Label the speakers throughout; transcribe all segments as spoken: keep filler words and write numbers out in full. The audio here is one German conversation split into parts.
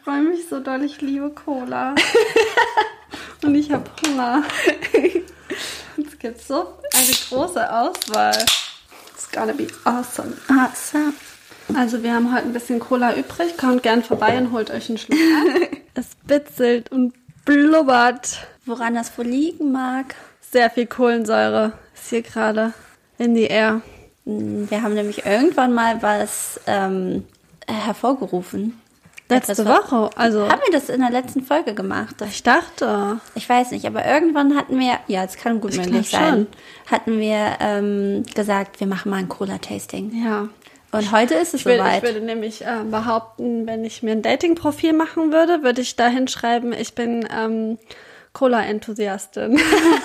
Speaker 1: freue mich so doll, ich liebe Cola. Und ich habe Hunger. Es gibt so eine große Auswahl. It's gonna be awesome. Awesome. Also wir haben heute ein bisschen Cola übrig. Kommt gern vorbei und holt euch einen Schluck ab. Es bitzelt und blubbert.
Speaker 2: Woran das wohl liegen mag?
Speaker 1: Sehr viel Kohlensäure ist hier gerade in the air.
Speaker 2: Wir haben nämlich irgendwann mal was ähm, hervorgerufen.
Speaker 1: Letzte
Speaker 2: Etwas,
Speaker 1: Woche, also...
Speaker 2: Haben wir das in der letzten Folge gemacht? Das,
Speaker 1: ich dachte...
Speaker 2: Ich weiß nicht, aber irgendwann hatten wir, ja, es kann gut möglich sein, hatten wir ähm, gesagt, wir machen mal ein Cola-Tasting.
Speaker 1: Ja.
Speaker 2: Und heute ist es
Speaker 1: ich will,
Speaker 2: soweit.
Speaker 1: Ich würde nämlich äh, behaupten, wenn ich mir ein Dating-Profil machen würde, würde ich da hinschreiben, ich bin ähm, Cola-Enthusiastin.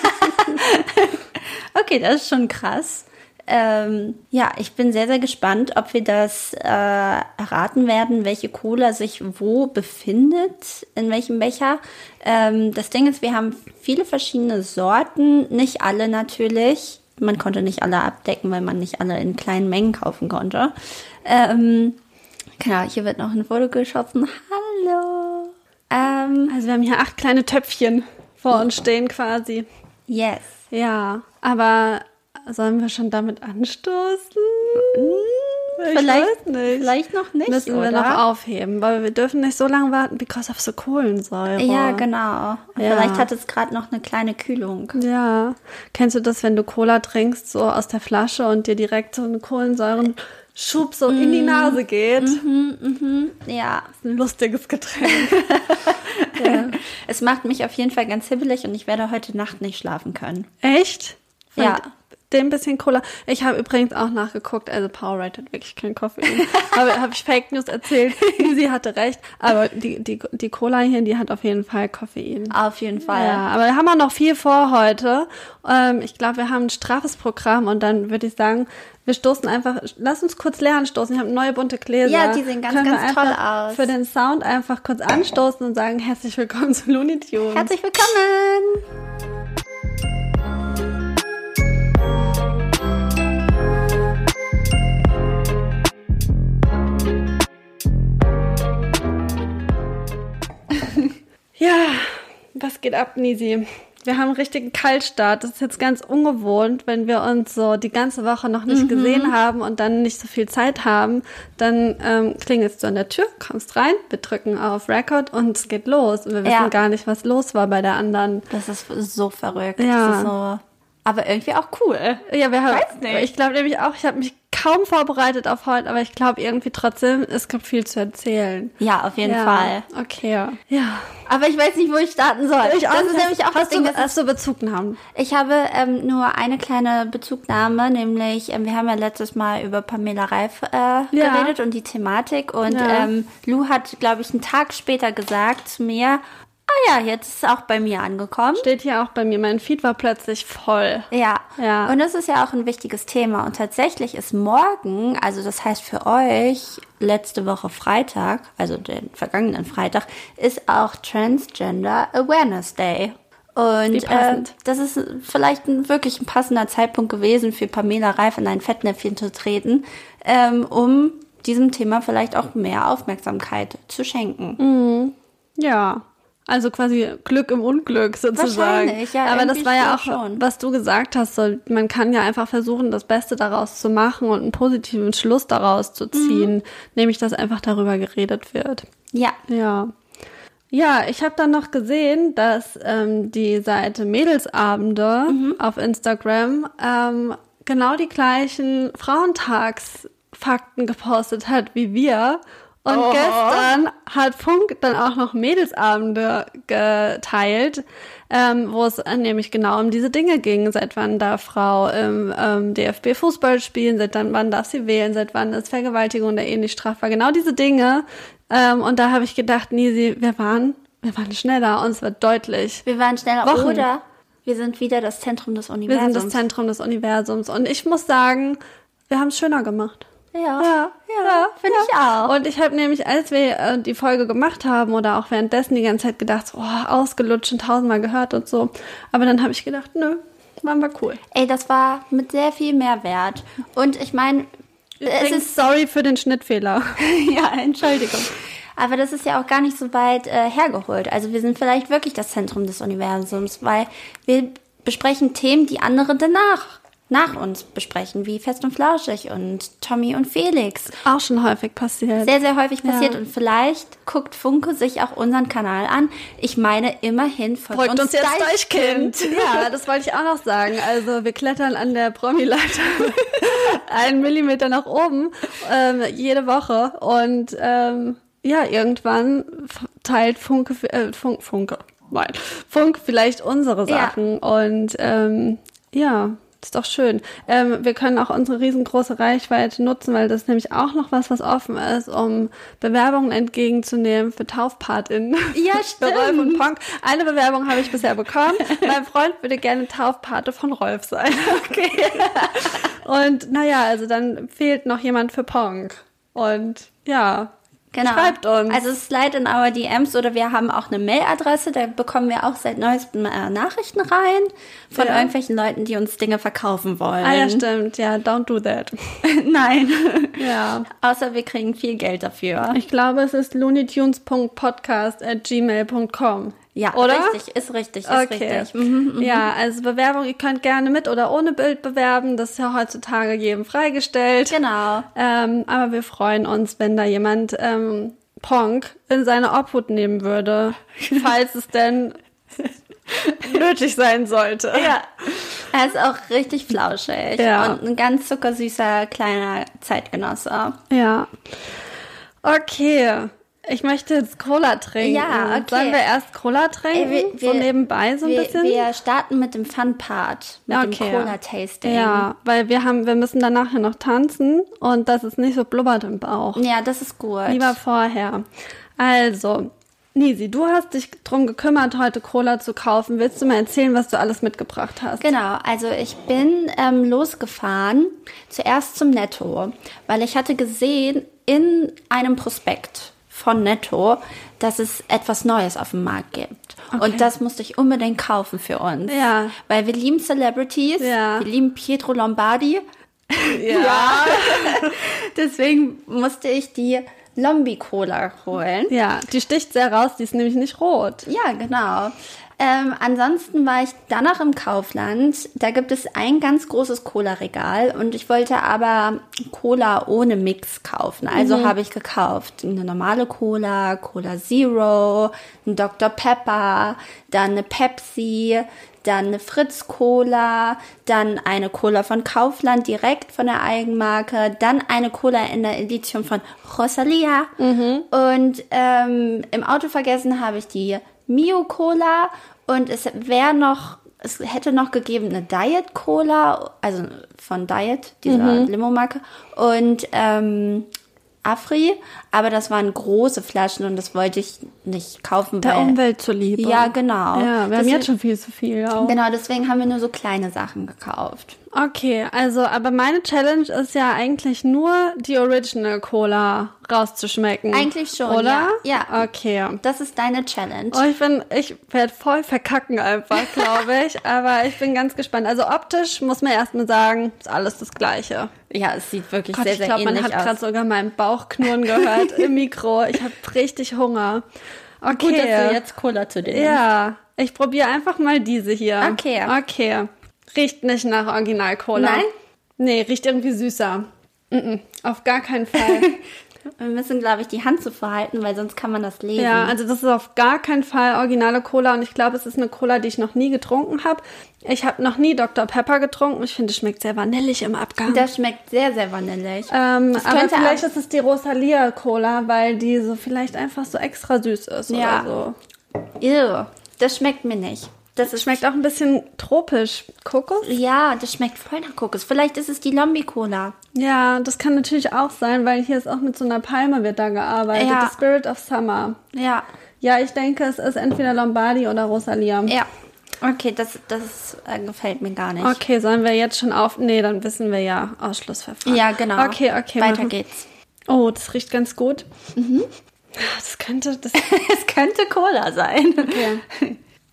Speaker 2: Okay, das ist schon krass. Ähm, ja, ich bin sehr, sehr gespannt, ob wir das äh, erraten werden, welche Cola sich wo befindet, in welchem Becher. Ähm, das Ding ist, wir haben viele verschiedene Sorten, nicht alle natürlich. Man konnte nicht alle abdecken, weil man nicht alle in kleinen Mengen kaufen konnte. Ähm, genau, hier wird noch ein Foto geschossen. Hallo. Ähm,
Speaker 1: also wir haben hier acht kleine Töpfchen vor uns stehen quasi.
Speaker 2: Yes.
Speaker 1: Ja, aber... Sollen wir schon damit anstoßen? Ich
Speaker 2: vielleicht,
Speaker 1: weiß nicht.
Speaker 2: Vielleicht noch nicht,
Speaker 1: Müssen
Speaker 2: oder?
Speaker 1: wir noch aufheben, weil wir dürfen nicht so lange warten, because of the Kohlensäure.
Speaker 2: Ja, genau. Und
Speaker 1: ja.
Speaker 2: Vielleicht hat es gerade noch eine kleine Kühlung.
Speaker 1: Ja. Kennst du das, wenn du Cola trinkst, so aus der Flasche und dir direkt so ein Kohlensäurenschub so mm. in die Nase geht?
Speaker 2: Mhm, mhm. Ja.
Speaker 1: Das ist ein lustiges Getränk.
Speaker 2: Ja. Es macht mich auf jeden Fall ganz hibbelig und ich werde heute Nacht nicht schlafen können.
Speaker 1: Echt? Von
Speaker 2: ja.
Speaker 1: Dem bisschen Cola. Ich habe übrigens auch nachgeguckt, also Powerade hat wirklich kein Koffein. Aber habe ich Fake News erzählt? Sie hatte recht. Aber die, die, die Cola hier, die hat auf jeden Fall Koffein.
Speaker 2: Auf jeden Fall.
Speaker 1: Ja, aber wir haben auch noch viel vor heute. Ähm, ich glaube, wir haben ein straffes Programm und dann würde ich sagen, wir stoßen einfach, lass uns kurz leer anstoßen. Ich habe neue bunte Gläser.
Speaker 2: Ja, die sehen ganz,
Speaker 1: Können
Speaker 2: ganz
Speaker 1: wir
Speaker 2: toll aus.
Speaker 1: Für den Sound einfach kurz anstoßen und sagen, herzlich willkommen zu Looney Tunes.
Speaker 2: Herzlich willkommen!
Speaker 1: Ja, was geht ab, Nisi? Wir haben einen richtigen Kaltstart. Das ist jetzt ganz ungewohnt, wenn wir uns so die ganze Woche noch nicht mhm. gesehen haben und dann nicht so viel Zeit haben. Dann ähm, klingelst du an der Tür, kommst rein, wir drücken auf Record und es geht los. Und wir wissen
Speaker 2: ja.
Speaker 1: gar nicht, was los war bei der anderen.
Speaker 2: Das ist so verrückt.
Speaker 1: Ja.
Speaker 2: Das ist so, aber irgendwie auch cool.
Speaker 1: Ja, wir haben,
Speaker 2: Weiß nicht.
Speaker 1: Ich glaube nämlich auch, ich habe mich kaum vorbereitet auf heute, aber ich glaube irgendwie trotzdem, es gibt viel zu erzählen.
Speaker 2: Ja, auf jeden
Speaker 1: ja.
Speaker 2: Fall.
Speaker 1: Okay, ja. ja.
Speaker 2: Aber ich weiß nicht, wo ich starten soll.
Speaker 1: Ich auch
Speaker 2: das
Speaker 1: nicht.
Speaker 2: ist nämlich auch
Speaker 1: hast
Speaker 2: das Ding,
Speaker 1: du,
Speaker 2: das
Speaker 1: hast du Bezugnahmen?
Speaker 2: Ich habe ähm, nur eine kleine Bezugnahme, nämlich, ähm, wir haben ja letztes Mal über Pamela Reif äh, ja. geredet und die Thematik und
Speaker 1: ja.
Speaker 2: ähm, Lou hat, glaube ich, einen Tag später gesagt zu mir, ah ja, jetzt ist es auch bei mir angekommen.
Speaker 1: Steht hier auch bei mir, mein Feed war plötzlich voll.
Speaker 2: Ja.
Speaker 1: ja,
Speaker 2: und das ist ja auch ein wichtiges Thema. Und tatsächlich ist morgen, also das heißt für euch, letzte Woche Freitag, also den vergangenen Freitag, ist auch Transgender Awareness Day. Und äh, das ist vielleicht ein, wirklich ein passender Zeitpunkt gewesen für Pamela Reif in ein Fettnäpfchen zu treten, ähm, um diesem Thema vielleicht auch mehr Aufmerksamkeit zu schenken.
Speaker 1: Mhm. Ja. Also quasi Glück im Unglück sozusagen.
Speaker 2: Wahrscheinlich, ja.
Speaker 1: Aber das war ja auch,
Speaker 2: schon.
Speaker 1: was du gesagt hast, so, man kann ja einfach versuchen, das Beste daraus zu machen und einen positiven Schluss daraus zu ziehen, mhm. nämlich, dass einfach darüber geredet wird.
Speaker 2: Ja.
Speaker 1: Ja. Ja, ich habe dann noch gesehen, dass ähm, die Seite Mädelsabende mhm. auf Instagram ähm, genau die gleichen Frauentagsfakten gepostet hat wie wir. Und oh. gestern hat Funk dann auch noch Mädelsabende geteilt, ähm, wo es nämlich genau um diese Dinge ging. Seit wann darf Frau im ähm, D F B Fußball spielen? Seit wann darf sie wählen? Seit wann ist Vergewaltigung da ähnlich strafbar? Genau diese Dinge. Ähm, und da habe ich gedacht, Nisi, wir waren, wir waren schneller und es wird deutlich.
Speaker 2: Wir waren schneller
Speaker 1: Wochen.
Speaker 2: Oder wir sind wieder das Zentrum des Universums.
Speaker 1: Wir sind das Zentrum des Universums. Und ich muss sagen, wir haben es schöner gemacht.
Speaker 2: Ja,
Speaker 1: ja,
Speaker 2: ja,
Speaker 1: ja
Speaker 2: finde
Speaker 1: ja.
Speaker 2: ich auch.
Speaker 1: Und ich habe nämlich, als wir äh, die Folge gemacht haben oder auch währenddessen die ganze Zeit gedacht, so, oh, ausgelutscht und tausendmal gehört und so. Aber dann habe ich gedacht, nö, waren wir cool.
Speaker 2: Ey, das war mit sehr viel Mehrwert. Und ich meine,
Speaker 1: es ist sorry für den Schnittfehler.
Speaker 2: Ja, Entschuldigung. aber das ist ja auch gar nicht so weit äh, hergeholt. Also wir sind vielleicht wirklich das Zentrum des Universums, weil wir besprechen Themen, die andere danach nach uns besprechen, wie Fest und Flauschig und Tommy und Felix.
Speaker 1: Auch schon häufig passiert.
Speaker 2: Sehr, sehr häufig passiert.
Speaker 1: Ja.
Speaker 2: Und vielleicht guckt Funke sich auch unseren Kanal an. Ich meine, immerhin folgt,
Speaker 1: Folgt
Speaker 2: uns,
Speaker 1: uns jetzt
Speaker 2: Deichkind.
Speaker 1: Deichkind. Ja, das wollte ich auch noch sagen. Also wir klettern an der Promi-Leiter einen Millimeter nach oben ähm, jede Woche. Und ähm, ja, irgendwann teilt Funke, äh, Funk, Funke, nein, Funk vielleicht unsere Sachen. Ja. Und ähm, ja, ist doch schön. Ähm, wir können auch unsere riesengroße Reichweite nutzen, weil das ist nämlich auch noch was, was offen ist, um Bewerbungen entgegenzunehmen für TaufpartInnen.
Speaker 2: Ja, stimmt.
Speaker 1: Für Rolf und Ponk. Eine Bewerbung habe ich bisher bekommen. Mein Freund würde gerne Taufpate von Rolf sein. Okay. Und naja, also dann fehlt noch jemand für Ponk. Und ja,
Speaker 2: genau.
Speaker 1: Schreibt uns.
Speaker 2: Also slide in our D Ms oder wir haben auch eine Mailadresse, da bekommen wir auch seit neuestem äh, Nachrichten rein von
Speaker 1: ja.
Speaker 2: irgendwelchen Leuten, die uns Dinge verkaufen wollen.
Speaker 1: Ah ja, stimmt. Ja, don't do that.
Speaker 2: Nein.
Speaker 1: Ja.
Speaker 2: Außer wir kriegen viel Geld dafür.
Speaker 1: Ich glaube, es ist looneytunes punkt podcast at gmail punkt com.
Speaker 2: Ja,
Speaker 1: oder?
Speaker 2: Richtig, ist richtig, ist
Speaker 1: okay.
Speaker 2: richtig. Mhm, mhm.
Speaker 1: Ja, also Bewerbung, ihr könnt gerne mit oder ohne Bild bewerben. Das ist ja heutzutage jedem freigestellt.
Speaker 2: Genau.
Speaker 1: Ähm, aber wir freuen uns, wenn da jemand ähm, Ponk in seine Obhut nehmen würde, falls es denn nötig sein sollte.
Speaker 2: Ja, er ist auch richtig flauschig
Speaker 1: ja.
Speaker 2: und ein ganz zuckersüßer kleiner Zeitgenosse.
Speaker 1: Ja. Okay. Ich möchte jetzt Cola trinken.
Speaker 2: Ja, okay.
Speaker 1: Sollen wir erst Cola trinken?
Speaker 2: Ey, wir,
Speaker 1: so nebenbei so ein
Speaker 2: wir,
Speaker 1: bisschen?
Speaker 2: Wir starten mit dem Fun-Part, mit
Speaker 1: okay.
Speaker 2: dem Cola-Tasting.
Speaker 1: Ja, weil wir haben, wir müssen danach ja noch tanzen und das ist nicht so blubbert im Bauch.
Speaker 2: Ja, das ist gut.
Speaker 1: Lieber vorher. Also, Nisi, du hast dich drum gekümmert, heute Cola zu kaufen. Willst du mal erzählen, was du alles mitgebracht hast?
Speaker 2: Genau, also ich bin ähm, losgefahren, zuerst zum Netto, weil ich hatte gesehen in einem Prospekt von Netto, dass es etwas Neues auf dem Markt gibt. Okay. Und das musste ich unbedingt kaufen für uns.
Speaker 1: Ja.
Speaker 2: Weil wir lieben Celebrities,
Speaker 1: ja.
Speaker 2: wir lieben Pietro Lombardi.
Speaker 1: Ja.
Speaker 2: ja. Deswegen musste ich die Lombi-Cola holen.
Speaker 1: Ja, die sticht sehr raus, die ist nämlich nicht rot.
Speaker 2: Ja, genau. Ähm, ansonsten war ich dann noch im Kaufland. Da gibt es ein ganz großes Cola-Regal und ich wollte aber Cola ohne Mix kaufen. Also mhm. habe ich gekauft eine normale Cola, Cola Zero, ein Doktor Pepper, dann eine Pepsi, dann eine Fritz Cola, dann eine Cola von Kaufland direkt von der Eigenmarke, dann eine Cola in der Edition von Rosalia
Speaker 1: mhm.
Speaker 2: und ähm, im Auto vergessen habe ich die Mio Cola und es wäre noch, es hätte noch gegeben eine Diet Cola, also von Diet, dieser mhm. Limo-Marke und ähm, Afri, aber das waren große Flaschen und das wollte ich nicht kaufen.
Speaker 1: Der
Speaker 2: weil,
Speaker 1: Umwelt zuliebe.
Speaker 2: Ja, genau.
Speaker 1: Ja, wir
Speaker 2: deswegen,
Speaker 1: haben jetzt schon viel zu viel. Auch.
Speaker 2: Genau, deswegen haben wir nur so kleine Sachen gekauft.
Speaker 1: Okay, also, aber meine Challenge ist ja eigentlich nur, die Original Cola rauszuschmecken.
Speaker 2: Eigentlich schon,
Speaker 1: oder?
Speaker 2: Ja. ja.
Speaker 1: Okay.
Speaker 2: Das ist deine Challenge.
Speaker 1: Oh, ich bin, ich werde voll verkacken einfach, glaube ich. Aber ich bin ganz gespannt. Also optisch muss man erstmal sagen, ist alles das Gleiche.
Speaker 2: Ja, es sieht wirklich
Speaker 1: Gott,
Speaker 2: sehr,
Speaker 1: ich
Speaker 2: sehr
Speaker 1: glaub,
Speaker 2: ähnlich aus.
Speaker 1: Man hat gerade sogar meinen Bauch knurren gehört im Mikro. Ich habe richtig Hunger. Okay.
Speaker 2: Gut, dass du jetzt Cola zu dir nimmst.
Speaker 1: Ja, ich probiere einfach mal diese hier.
Speaker 2: Okay.
Speaker 1: Okay. Riecht nicht nach Original-Cola.
Speaker 2: Nein?
Speaker 1: Nee, riecht irgendwie süßer. Mm-mm, auf gar keinen Fall.
Speaker 2: Wir müssen, glaube ich, die Hand so verhalten, weil sonst kann man das lesen.
Speaker 1: Ja, also das ist auf gar keinen Fall originale Cola und ich glaube, es ist eine Cola, die ich noch nie getrunken habe. Ich habe noch nie Doktor Pepper getrunken. Ich finde, es schmeckt sehr vanillig im Abgang.
Speaker 2: Das schmeckt sehr, sehr vanillig.
Speaker 1: Ähm, aber vielleicht ist es die Rosalia Cola, weil die so vielleicht einfach so extra süß ist
Speaker 2: ja.
Speaker 1: oder so.
Speaker 2: Ew, das schmeckt mir nicht. Das
Speaker 1: ist schmeckt auch ein bisschen tropisch. Kokos?
Speaker 2: Ja, das schmeckt voll nach Kokos. Vielleicht ist es die Lombi-Cola.
Speaker 1: Ja, das kann natürlich auch sein, weil hier ist auch mit so einer Palme wird da gearbeitet.
Speaker 2: Ja.
Speaker 1: The Spirit of Summer.
Speaker 2: Ja.
Speaker 1: Ja, ich denke, es ist entweder Lombardi oder Rosalia.
Speaker 2: Ja. Okay, das, das äh, gefällt mir gar nicht.
Speaker 1: Okay, sollen wir jetzt schon auf... Nee, dann wissen wir ja Ausschlussverfahren.
Speaker 2: Ja, genau.
Speaker 1: Okay, okay.
Speaker 2: Weiter
Speaker 1: machen.
Speaker 2: geht's.
Speaker 1: Oh, das riecht ganz gut.
Speaker 2: Mhm.
Speaker 1: Das könnte... Das
Speaker 2: es könnte Cola sein.
Speaker 1: Okay.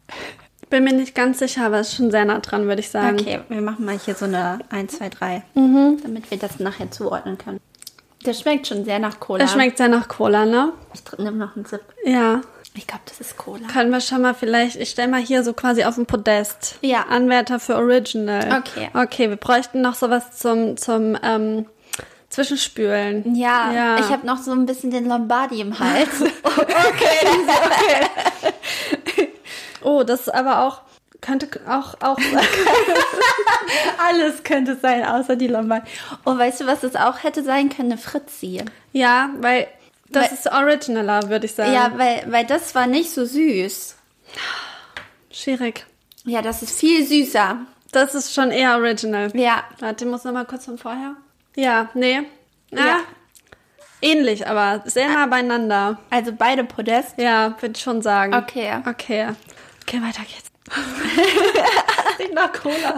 Speaker 1: Bin mir nicht ganz sicher, aber es ist schon sehr nah dran, würde ich sagen.
Speaker 2: Okay, wir machen mal hier so eine eins, zwei, drei,
Speaker 1: mhm.
Speaker 2: damit wir das nachher zuordnen können. Das schmeckt schon sehr nach Cola.
Speaker 1: Es schmeckt sehr nach Cola, ne?
Speaker 2: Ich nehme noch einen Sip.
Speaker 1: Ja.
Speaker 2: Ich glaube, das ist Cola.
Speaker 1: Können wir schon mal vielleicht, ich stelle mal hier so quasi auf den Podest.
Speaker 2: Ja.
Speaker 1: Anwärter für Original.
Speaker 2: Okay.
Speaker 1: Okay, wir bräuchten noch sowas zum, zum ähm, Zwischenspülen.
Speaker 2: Ja,
Speaker 1: ja.
Speaker 2: Ich habe noch so ein bisschen den Lombardi im Hals.
Speaker 1: Okay, okay. Oh, das ist aber auch, könnte auch, auch
Speaker 2: Alles könnte sein, außer die Lombardi. Oh, weißt du, was das auch hätte sein können? Eine Fritzi.
Speaker 1: Ja, weil das
Speaker 2: Weil-
Speaker 1: ist originaler, würde ich sagen.
Speaker 2: Ja, weil, weil das war nicht so süß.
Speaker 1: Schwierig.
Speaker 2: Ja, das ist viel süßer.
Speaker 1: Das ist schon eher original.
Speaker 2: Ja.
Speaker 1: Warte, ich muss noch mal kurz von vorher. Ja, nee. Ja.
Speaker 2: Ja.
Speaker 1: Ähnlich, aber sehr nah beieinander.
Speaker 2: Also beide Podest.
Speaker 1: Ja, würde ich schon sagen.
Speaker 2: Okay.
Speaker 1: Okay. Okay, weiter geht's. Riecht nach Cola.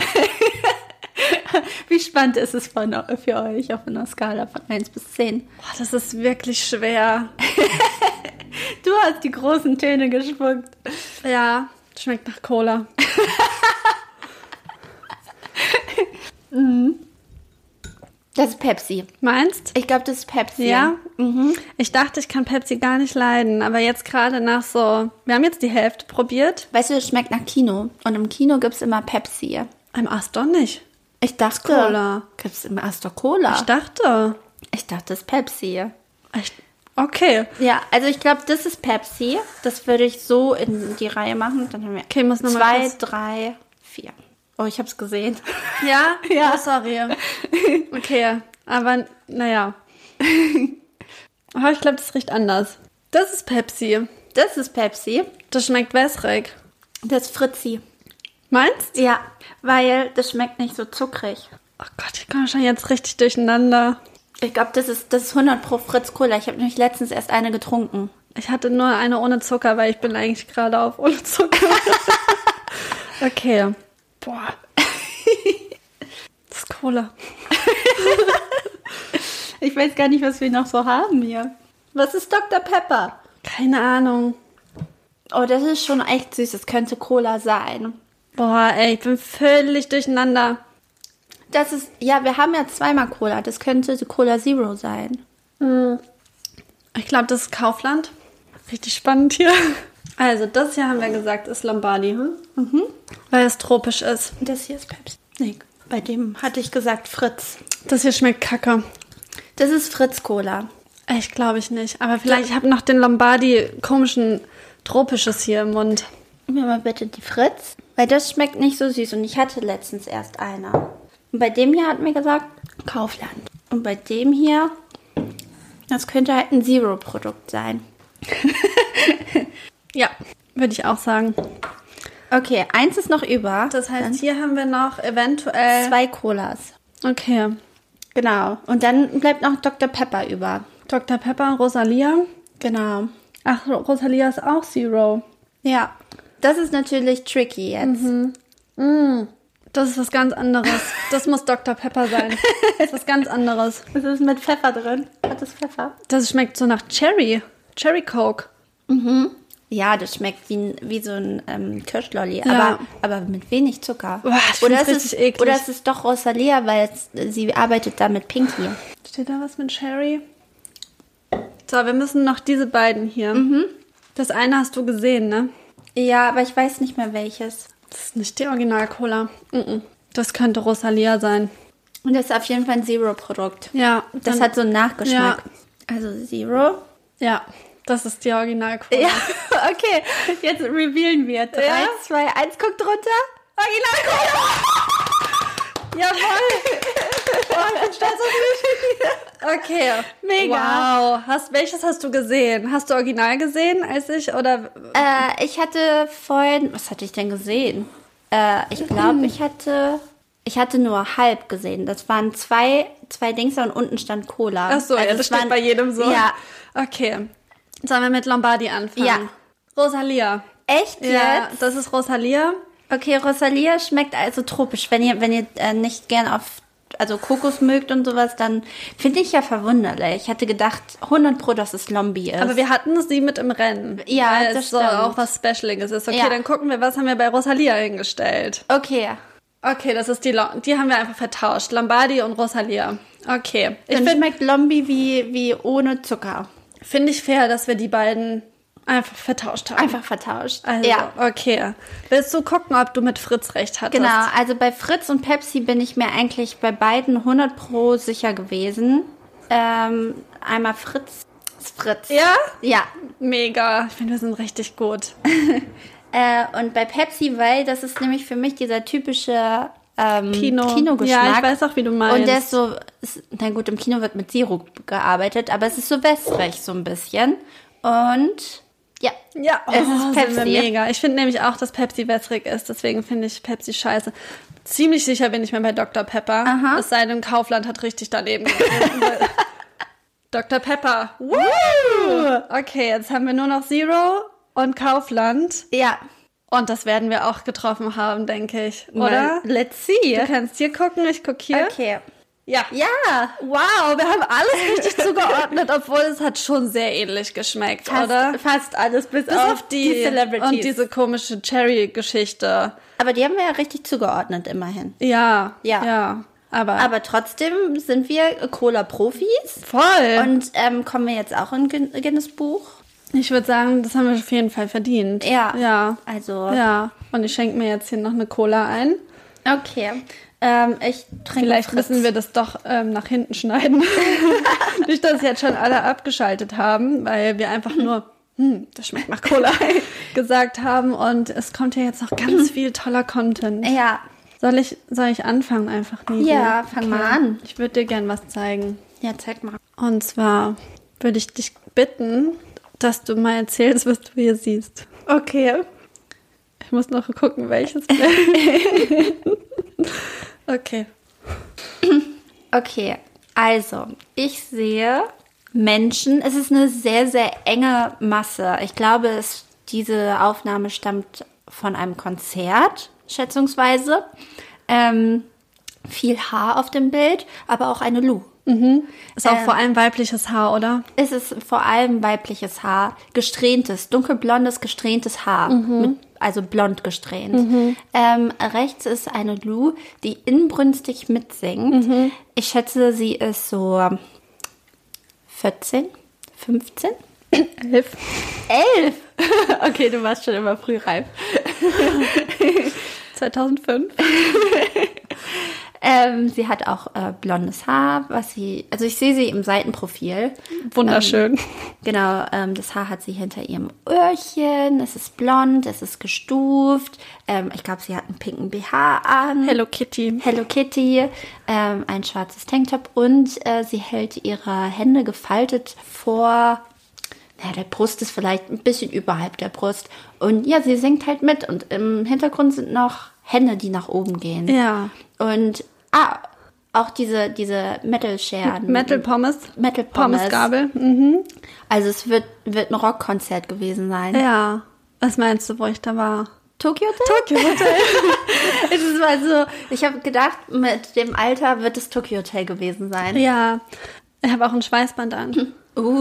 Speaker 2: Wie spannend ist es von, für euch auf einer Skala von eins bis zehn?
Speaker 1: Boah, das ist wirklich schwer.
Speaker 2: Du hast die großen Töne gespuckt.
Speaker 1: Ja, schmeckt nach Cola.
Speaker 2: Das ist Pepsi.
Speaker 1: Meinst?
Speaker 2: Ich glaube, das ist Pepsi.
Speaker 1: Ja?
Speaker 2: Mhm.
Speaker 1: Ich dachte, ich kann Pepsi gar nicht leiden, aber jetzt gerade nach so... Wir haben jetzt die Hälfte probiert.
Speaker 2: Weißt du, das schmeckt nach Kino. Und im Kino gibt es immer Pepsi.
Speaker 1: Im Astor nicht.
Speaker 2: Ich dachte...
Speaker 1: Cola.
Speaker 2: Gibt es im Astor Cola?
Speaker 1: Ich dachte...
Speaker 2: Ich dachte, das ist Pepsi.
Speaker 1: Echt? Okay.
Speaker 2: Ja, also ich glaube, das ist Pepsi. Das würde ich so in die Reihe machen. Dann haben wir
Speaker 1: Okay, muss noch mal
Speaker 2: zwei,
Speaker 1: kurz-
Speaker 2: drei, vier. Oh, ich habe es gesehen.
Speaker 1: Ja?
Speaker 2: Ja.
Speaker 1: Oh, sorry. Okay, aber naja. Aber ich glaube, das riecht anders. Das ist Pepsi.
Speaker 2: Das ist Pepsi.
Speaker 1: Das schmeckt wässrig.
Speaker 2: Das ist Fritzi.
Speaker 1: Meinst?
Speaker 2: Ja, weil das schmeckt nicht so zuckrig.
Speaker 1: Oh Gott, ich komme schon jetzt richtig durcheinander.
Speaker 2: Ich glaube, das ist, das ist hundert pro Fritz Cola. Ich habe nämlich letztens erst eine getrunken.
Speaker 1: Ich hatte nur eine ohne Zucker, weil ich bin eigentlich gerade auf ohne Zucker. Okay. Boah. Das ist Cola.
Speaker 2: Ich weiß gar nicht, was wir noch so haben hier. Was ist Doktor Pepper?
Speaker 1: Keine Ahnung.
Speaker 2: Oh, das ist schon echt süß. Das könnte Cola sein.
Speaker 1: Boah, ey, ich bin völlig durcheinander.
Speaker 2: Das ist, ja, wir haben ja zweimal Cola. Das könnte die Cola Zero sein.
Speaker 1: Ich glaube, das ist Kaufland. Richtig spannend hier. Also, das hier haben wir gesagt, ist Lombardi, hm? Mhm. Weil es tropisch ist.
Speaker 2: Das hier ist Pepsi. Nee, bei dem hatte ich gesagt Fritz.
Speaker 1: Das hier schmeckt kacke.
Speaker 2: Das ist Fritz Cola.
Speaker 1: Echt, glaube ich nicht. Aber vielleicht, ich habe noch den Lombardi komischen tropisches hier im Mund.
Speaker 2: Mir mal bitte die Fritz. Weil das schmeckt nicht so süß. Und ich hatte letztens erst eine. Und bei dem hier hat mir gesagt Kaufland. Und bei dem hier, das könnte halt ein Zero-Produkt sein.
Speaker 1: Ja, würde ich auch sagen.
Speaker 2: Okay, eins ist noch über.
Speaker 1: Das heißt, hier haben wir noch eventuell...
Speaker 2: Zwei Colas.
Speaker 1: Okay.
Speaker 2: Genau. Und dann bleibt noch Doktor Pepper über.
Speaker 1: Doktor Pepper, Rosalia.
Speaker 2: Genau.
Speaker 1: Ach, Rosalia ist auch Zero.
Speaker 2: Ja. Das ist natürlich tricky jetzt.
Speaker 1: Mm, das ist was ganz anderes. Das muss Doktor Pepper sein. Das ist was ganz anderes.
Speaker 2: Was ist mit Pfeffer drin? Hat das Pfeffer?
Speaker 1: Das schmeckt so nach Cherry. Cherry Coke.
Speaker 2: Ja, das schmeckt wie, wie so ein ähm, Kirschlolli,
Speaker 1: Ja.
Speaker 2: aber, aber mit wenig Zucker.
Speaker 1: Boah, ich
Speaker 2: oder,
Speaker 1: find's
Speaker 2: es
Speaker 1: richtig
Speaker 2: ist,
Speaker 1: eklig.
Speaker 2: oder es ist doch Rosalia, weil es, sie arbeitet da mit Pinky.
Speaker 1: Steht da was mit Cherry? So, wir müssen noch diese beiden hier. Das eine hast du gesehen, ne?
Speaker 2: Ja, aber ich weiß nicht mehr welches.
Speaker 1: Das ist nicht die Original-Cola. Mm-mm. Das könnte Rosalia sein.
Speaker 2: Und das ist auf jeden Fall ein Zero-Produkt.
Speaker 1: Ja.
Speaker 2: Das
Speaker 1: dann-
Speaker 2: hat so einen Nachgeschmack.
Speaker 1: Ja.
Speaker 2: Also Zero.
Speaker 1: Ja, das ist die Original-Cola.
Speaker 2: Ja, okay. Jetzt revealen wir. Drei,
Speaker 1: Ja.
Speaker 2: zwei, eins, guckt runter.
Speaker 1: Original-Cola! Jawohl! Oh, ich bin stolz auf mich. Okay.
Speaker 2: Mega.
Speaker 1: Wow. Hast, welches hast du gesehen? Hast du Original gesehen als ich? Oder?
Speaker 2: Äh, ich hatte vorhin, was hatte ich denn gesehen? Äh, ich glaube, ich hatte, ich hatte nur halb gesehen. Das waren zwei, zwei Dings und unten stand Cola.
Speaker 1: Ach so, ja,
Speaker 2: Also
Speaker 1: das
Speaker 2: es
Speaker 1: steht
Speaker 2: waren-
Speaker 1: bei jedem so.
Speaker 2: Ja.
Speaker 1: Okay. Sollen wir mit Lombardi anfangen?
Speaker 2: Ja.
Speaker 1: Rosalia.
Speaker 2: Echt jetzt?
Speaker 1: Ja, das ist Rosalia.
Speaker 2: Okay, Rosalia schmeckt also tropisch. Wenn ihr, wenn ihr äh, nicht gern auf, also Kokos mögt und sowas, dann finde ich ja verwunderlich. Ich hatte gedacht, hundert pro, dass es Lombi ist.
Speaker 1: Aber wir hatten sie mit im Rennen.
Speaker 2: Ja,
Speaker 1: weil
Speaker 2: das
Speaker 1: es so
Speaker 2: stimmt.
Speaker 1: auch was Specialiges ist. Okay,
Speaker 2: Ja.
Speaker 1: dann gucken wir, was haben wir bei Rosalia hingestellt.
Speaker 2: Okay.
Speaker 1: Okay, das ist die, Lo- die haben wir einfach vertauscht. Lombardi und Rosalia. Okay.
Speaker 2: Ich finde, schmeckt Lombi wie, wie ohne Zucker.
Speaker 1: Finde ich fair, dass wir die beiden einfach vertauscht haben.
Speaker 2: Einfach vertauscht.
Speaker 1: Also,
Speaker 2: ja.
Speaker 1: Okay. Willst du gucken, ob du mit Fritz recht hattest?
Speaker 2: Genau, also bei Fritz und Pepsi bin ich mir eigentlich bei beiden hundert Pro sicher gewesen. Ähm, einmal Fritz. Fritz.
Speaker 1: Ja?
Speaker 2: Ja.
Speaker 1: Mega. Ich finde, wir sind richtig gut.
Speaker 2: äh, und bei Pepsi, weil das ist nämlich für mich dieser typische ähm,
Speaker 1: Kino.
Speaker 2: Kinogeschmack.
Speaker 1: Ja, ich weiß auch, wie du meinst.
Speaker 2: Und der ist so, ist, na gut, im Kino wird mit Sirup gearbeitet, aber es ist so wässrig so ein bisschen. Und ja,
Speaker 1: ja. Oh,
Speaker 2: es ist Pepsi.
Speaker 1: Sind wir mega. Ich finde nämlich auch, dass Pepsi wässrig ist, deswegen finde ich Pepsi scheiße. Ziemlich sicher bin ich mir bei Doktor Pepper.
Speaker 2: Aha.
Speaker 1: Es sei denn, Kaufland hat richtig daneben gegriffen. Doktor Pepper. Woo! Okay, jetzt haben wir nur noch Zero und Kaufland.
Speaker 2: Ja.
Speaker 1: Und das werden wir auch getroffen haben, denke ich. Oder?
Speaker 2: Let's see.
Speaker 1: Du kannst hier gucken, ich gucke hier.
Speaker 2: Okay.
Speaker 1: Ja.
Speaker 2: Ja.
Speaker 1: Wow, wir haben alles richtig zugeordnet, obwohl es hat schon sehr ähnlich geschmeckt,
Speaker 2: fast,
Speaker 1: oder?
Speaker 2: Fast alles, bis,
Speaker 1: bis
Speaker 2: auf,
Speaker 1: auf die,
Speaker 2: die Celebrities.
Speaker 1: Und diese komische Cherry-Geschichte.
Speaker 2: Aber die haben wir ja richtig zugeordnet, immerhin.
Speaker 1: Ja,
Speaker 2: ja.
Speaker 1: ja. Aber,
Speaker 2: Aber trotzdem sind wir Cola-Profis.
Speaker 1: Voll.
Speaker 2: Und ähm, kommen wir jetzt auch in Guinness-Buch?
Speaker 1: Ich würde sagen, das haben wir auf jeden Fall verdient.
Speaker 2: Ja.
Speaker 1: Ja.
Speaker 2: Also.
Speaker 1: Ja. Und ich schenke mir jetzt hier noch eine Cola ein.
Speaker 2: Okay. Ähm, ich trinke
Speaker 1: Vielleicht
Speaker 2: Fritz.
Speaker 1: müssen wir das doch ähm, nach hinten schneiden. Nicht, dass jetzt schon alle abgeschaltet haben, weil wir einfach nur, hm, das schmeckt nach Cola, gesagt haben. Und es kommt ja jetzt noch ganz viel toller Content.
Speaker 2: Ja.
Speaker 1: Soll ich, soll ich anfangen einfach, Nisi?
Speaker 2: Ja, fang okay. mal an.
Speaker 1: Ich würde dir gern was zeigen.
Speaker 2: Ja, zeig mal.
Speaker 1: Und zwar würde ich dich bitten, dass du mal erzählst, was du hier siehst.
Speaker 2: Okay.
Speaker 1: Ich muss noch gucken, welches. Okay.
Speaker 2: Okay, also ich sehe Menschen. Es ist eine sehr, sehr enge Masse. Ich glaube, es, diese Aufnahme stammt von einem Konzert, schätzungsweise. Ähm, viel Haar auf dem Bild, aber auch eine Lu.
Speaker 1: Mhm. Ist auch
Speaker 2: ähm, vor
Speaker 1: allem weibliches Haar, oder?
Speaker 2: Es ist vor allem weibliches Haar, gesträhntes, dunkelblondes, gesträhntes Haar, mhm. mit, also blond gesträhnt. Mhm. Ähm, rechts ist eine Lu, die inbrünstig mitsingt. Mhm. Ich schätze, sie ist so vierzehn, fünfzehn?
Speaker 1: elf.
Speaker 2: elf? Okay, du warst schon immer frühreif.
Speaker 1: zweitausendfünf.
Speaker 2: Ähm, sie hat auch äh, blondes Haar, was sie, also ich sehe sie im Seitenprofil.
Speaker 1: Wunderschön.
Speaker 2: Ähm, genau, ähm, das Haar hat sie hinter ihrem Öhrchen, es ist blond, es ist gestuft. Ähm, ich glaube, sie hat einen pinken B H an.
Speaker 1: Hello Kitty.
Speaker 2: Hello Kitty, ähm, ein schwarzes Tanktop und äh, sie hält ihre Hände gefaltet vor, ja, der Brust ist vielleicht ein bisschen überhalb der Brust. Und ja, sie singt halt mit und im Hintergrund sind noch Hände, die nach oben gehen.
Speaker 1: Ja.
Speaker 2: Und, ah, auch diese, diese Metal-Scheren.
Speaker 1: Metal Pommes.
Speaker 2: Metal Pommes.
Speaker 1: Pommesgabel. Mhm.
Speaker 2: Also es wird, wird ein Rockkonzert gewesen sein.
Speaker 1: Ja. Was meinst du, wo ich da war?
Speaker 2: Tokyo Hotel?
Speaker 1: Tokyo Hotel.
Speaker 2: Es ist mal so, ich habe gedacht, mit dem Alter wird es Tokyo Hotel gewesen sein.
Speaker 1: Ja. Ich habe auch ein Schweißband an.
Speaker 2: Uh.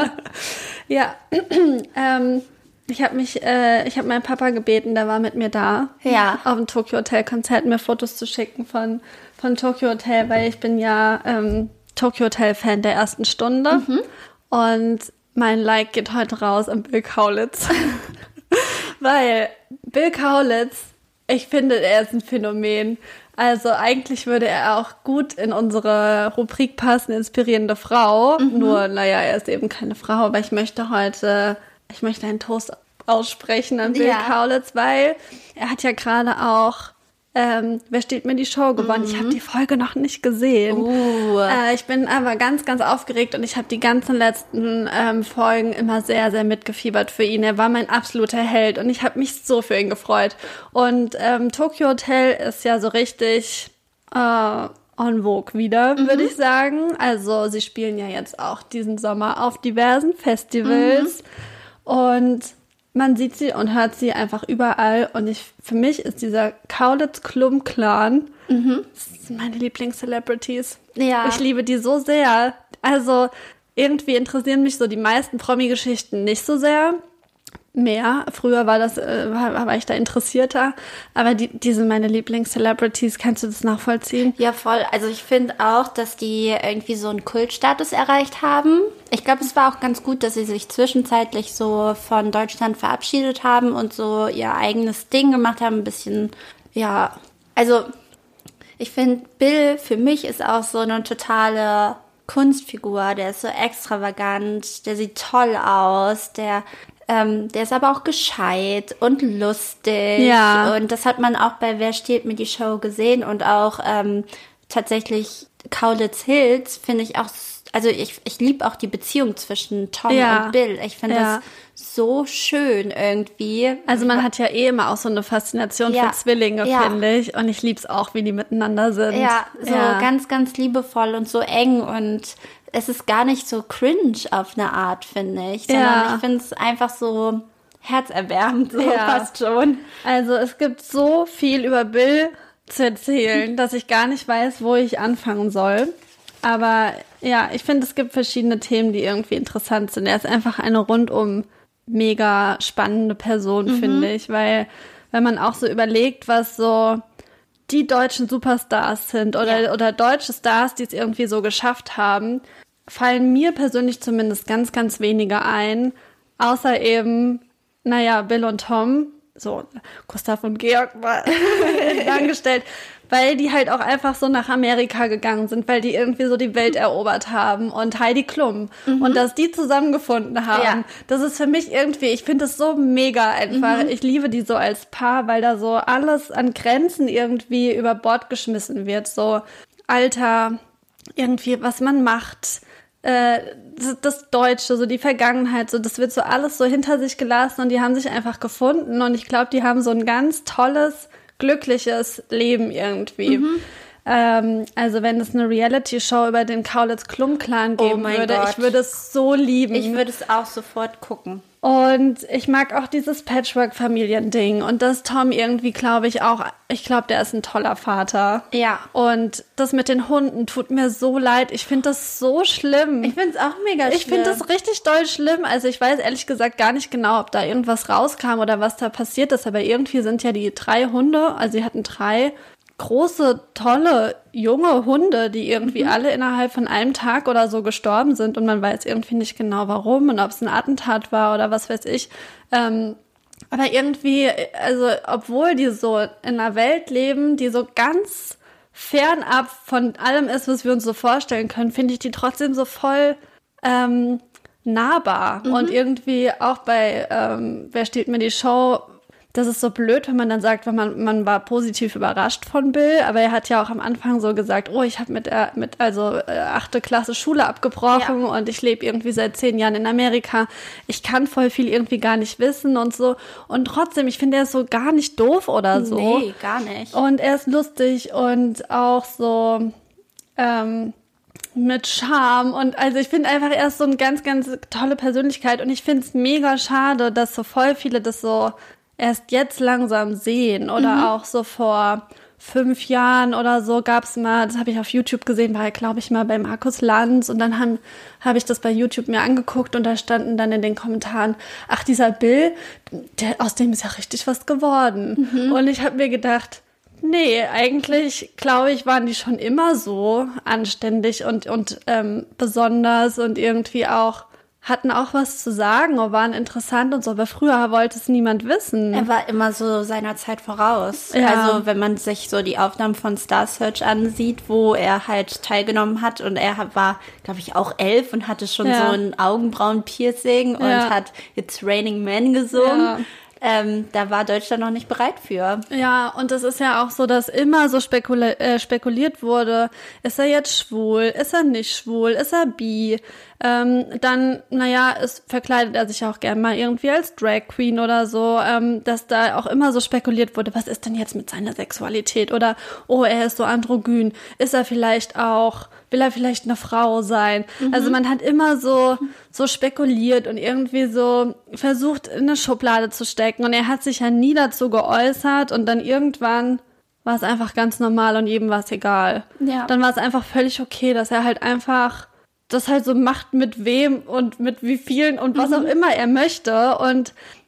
Speaker 1: Ja. ähm... Ich habe mich, äh, ich habe meinen Papa gebeten, der war mit mir da,
Speaker 2: ja,
Speaker 1: auf dem Tokyo Hotel Konzert, mir Fotos zu schicken von von Tokyo Hotel, weil ich bin ja ähm, Tokyo Hotel Fan der ersten Stunde mhm. und mein Like geht heute raus an Bill Kaulitz, weil Bill Kaulitz, ich finde, er ist ein Phänomen. Also eigentlich würde er auch gut in unsere Rubrik passen, inspirierende Frau. Mhm. Nur, naja, er ist eben keine Frau, aber ich möchte heute Ich möchte einen Toast aussprechen an Bill ja. Kaulitz, weil er hat ja gerade auch ähm, Wer stiehlt mir die Show gewonnen. Mhm. Ich habe die Folge noch nicht gesehen.
Speaker 2: Uh.
Speaker 1: Äh, ich bin aber ganz, ganz aufgeregt und ich habe die ganzen letzten ähm, Folgen immer sehr, sehr mitgefiebert für ihn. Er war mein absoluter Held und ich habe mich so für ihn gefreut. Und ähm, Tokyo Hotel ist ja so richtig äh, en vogue wieder, mhm. würde ich sagen. Also sie spielen ja jetzt auch diesen Sommer auf diversen Festivals. Mhm. Und man sieht sie und hört sie einfach überall. Und ich, für mich ist dieser Kaulitz-Klum-Clan, mhm. das sind meine Lieblings-Celebrities.
Speaker 2: Ja.
Speaker 1: Ich liebe die so sehr. Also irgendwie interessieren mich so die meisten Promi-Geschichten nicht so sehr. mehr. Früher war das, äh, war, war ich da interessierter. Aber die, die sind meine Lieblings-Celebrities. Kannst du das nachvollziehen?
Speaker 2: Ja, voll. Also ich finde auch, dass die irgendwie so einen Kultstatus erreicht haben. Ich glaube, es war auch ganz gut, dass sie sich zwischenzeitlich so von Deutschland verabschiedet haben und so ihr eigenes Ding gemacht haben. Ein bisschen, ja, also ich finde, Bill für mich ist auch so eine totale Kunstfigur. Der ist so extravagant, der sieht toll aus, der Ähm, der ist aber auch gescheit und lustig.
Speaker 1: Ja.
Speaker 2: Und das hat man auch bei Wer stiehlt mir die Show gesehen. Und auch ähm, tatsächlich Kaulitz Hills finde ich auch, also ich, ich liebe auch die Beziehung zwischen Tom
Speaker 1: ja.
Speaker 2: und Bill. Ich finde
Speaker 1: ja.
Speaker 2: das so schön irgendwie.
Speaker 1: Also man hat ja eh immer auch so eine Faszination
Speaker 2: ja.
Speaker 1: für Zwillinge,
Speaker 2: ja.
Speaker 1: finde ich. Und ich liebe es auch, wie die miteinander sind.
Speaker 2: Ja, so
Speaker 1: ja.
Speaker 2: ganz, ganz liebevoll und so eng und es ist gar nicht so cringe auf eine Art, finde ich, sondern
Speaker 1: ja.
Speaker 2: ich finde es einfach so herzerwärmend, so
Speaker 1: ja.
Speaker 2: fast schon.
Speaker 1: Also es gibt so viel über Bill zu erzählen, dass ich gar nicht weiß, wo ich anfangen soll. Aber ja, ich finde, es gibt verschiedene Themen, die irgendwie interessant sind. Er ist einfach eine rundum mega spannende Person, mhm. finde ich, weil wenn man auch so überlegt, was so die deutschen Superstars sind oder, ja. oder deutsche Stars, die es irgendwie so geschafft haben, fallen mir persönlich zumindest ganz, ganz wenige ein, außer eben, naja, Bill und Tom, so Gustav und Georg mal angestellt, weil die halt auch einfach so nach Amerika gegangen sind, weil die irgendwie so die Welt erobert haben und Heidi Klum mhm. und dass die zusammengefunden haben, ja. das ist für mich irgendwie, ich finde das so mega einfach. Mhm. Ich liebe die so als Paar, weil da so alles an Grenzen irgendwie über Bord geschmissen wird, so Alter, irgendwie, was man macht, äh, das, das Deutsche, so die Vergangenheit, so das wird so alles so hinter sich gelassen und die haben sich einfach gefunden und ich glaube, die haben so ein ganz tolles glückliches Leben irgendwie. Mhm. Ähm, also wenn es eine Reality-Show über den Kaulitz-Klum-Clan geben
Speaker 2: oh
Speaker 1: würde,
Speaker 2: Gott.
Speaker 1: ich würde es so lieben.
Speaker 2: Ich würde es auch sofort gucken.
Speaker 1: Und ich mag auch dieses Patchwork-Familien-Ding und dass Tom irgendwie, glaube ich, auch, ich glaube, der ist ein toller Vater.
Speaker 2: Ja.
Speaker 1: Und das mit den Hunden tut mir so leid. Ich finde das so schlimm.
Speaker 2: Ich finde es auch mega schlimm.
Speaker 1: Ich finde das richtig doll schlimm. Also ich weiß ehrlich gesagt gar nicht genau, ob da irgendwas rauskam oder was da passiert ist, aber irgendwie sind ja die drei Hunde, also sie hatten drei große, tolle, junge Hunde, die irgendwie mhm. alle innerhalb von einem Tag oder so gestorben sind und man weiß irgendwie nicht genau warum und ob es ein Attentat war oder was weiß ich. Ähm, aber irgendwie, also obwohl die so in einer Welt leben, die so ganz fernab von allem ist, was wir uns so vorstellen können, finde ich die trotzdem so voll ähm, nahbar. Mhm. Und irgendwie auch bei ähm, Wer stiehlt mir die Show, das ist so blöd, wenn man dann sagt, wenn man man war positiv überrascht von Bill, aber er hat ja auch am Anfang so gesagt, oh, ich habe mit äh, mit also äh, achte Klasse Schule abgebrochen ja. und ich lebe irgendwie seit zehn Jahren in Amerika. Ich kann voll viel irgendwie gar nicht wissen und so. Und trotzdem, ich finde, er ist so gar nicht doof oder so.
Speaker 2: Nee, gar nicht.
Speaker 1: Und er ist lustig und auch so ähm, mit Charme und also ich finde einfach, er ist so eine ganz, ganz tolle Persönlichkeit und ich finde es mega schade, dass so voll viele das so erst jetzt langsam sehen oder mhm. auch so vor fünf Jahren oder so gab es mal, das habe ich auf YouTube gesehen, war glaube ich mal bei Markus Lanz und dann habe hab ich das bei YouTube mir angeguckt und da standen dann in den Kommentaren, ach dieser Bill, der, aus dem ist ja richtig was geworden. Mhm. Und ich habe mir gedacht, nee, eigentlich glaube ich, waren die schon immer so anständig und, und ähm, besonders und irgendwie auch hatten auch was zu sagen und waren interessant und so, aber früher wollte es niemand wissen.
Speaker 2: Er war immer so seiner Zeit voraus.
Speaker 1: Ja.
Speaker 2: Also wenn man sich so die Aufnahmen von Star Search ansieht, wo er halt teilgenommen hat und er war, glaube ich, auch elf und hatte schon
Speaker 1: ja.
Speaker 2: so ein Augenbrauen-Piercing und
Speaker 1: ja.
Speaker 2: hat It's Raining Men gesungen.
Speaker 1: Ja.
Speaker 2: Ähm, da war Deutschland noch nicht bereit für.
Speaker 1: Ja, und es ist ja auch so, dass immer so spekula- äh, spekuliert wurde, ist er jetzt schwul, ist er nicht schwul, ist er bi? Ähm, dann, naja, es verkleidet er sich auch gern mal irgendwie als Drag Queen oder so, ähm, dass da auch immer so spekuliert wurde, was ist denn jetzt mit seiner Sexualität? Oder, oh, er ist so androgyn, ist er vielleicht auch, will er vielleicht eine Frau sein? Mhm. Also man hat immer so, so spekuliert und irgendwie so versucht, in eine Schublade zu stecken und er hat sich ja nie dazu geäußert und dann irgendwann war es einfach ganz normal und jedem war es egal.
Speaker 2: Ja.
Speaker 1: Dann war es einfach völlig okay, dass er halt einfach das halt so macht, mit wem und mit wie vielen und was mhm. auch immer er möchte. Und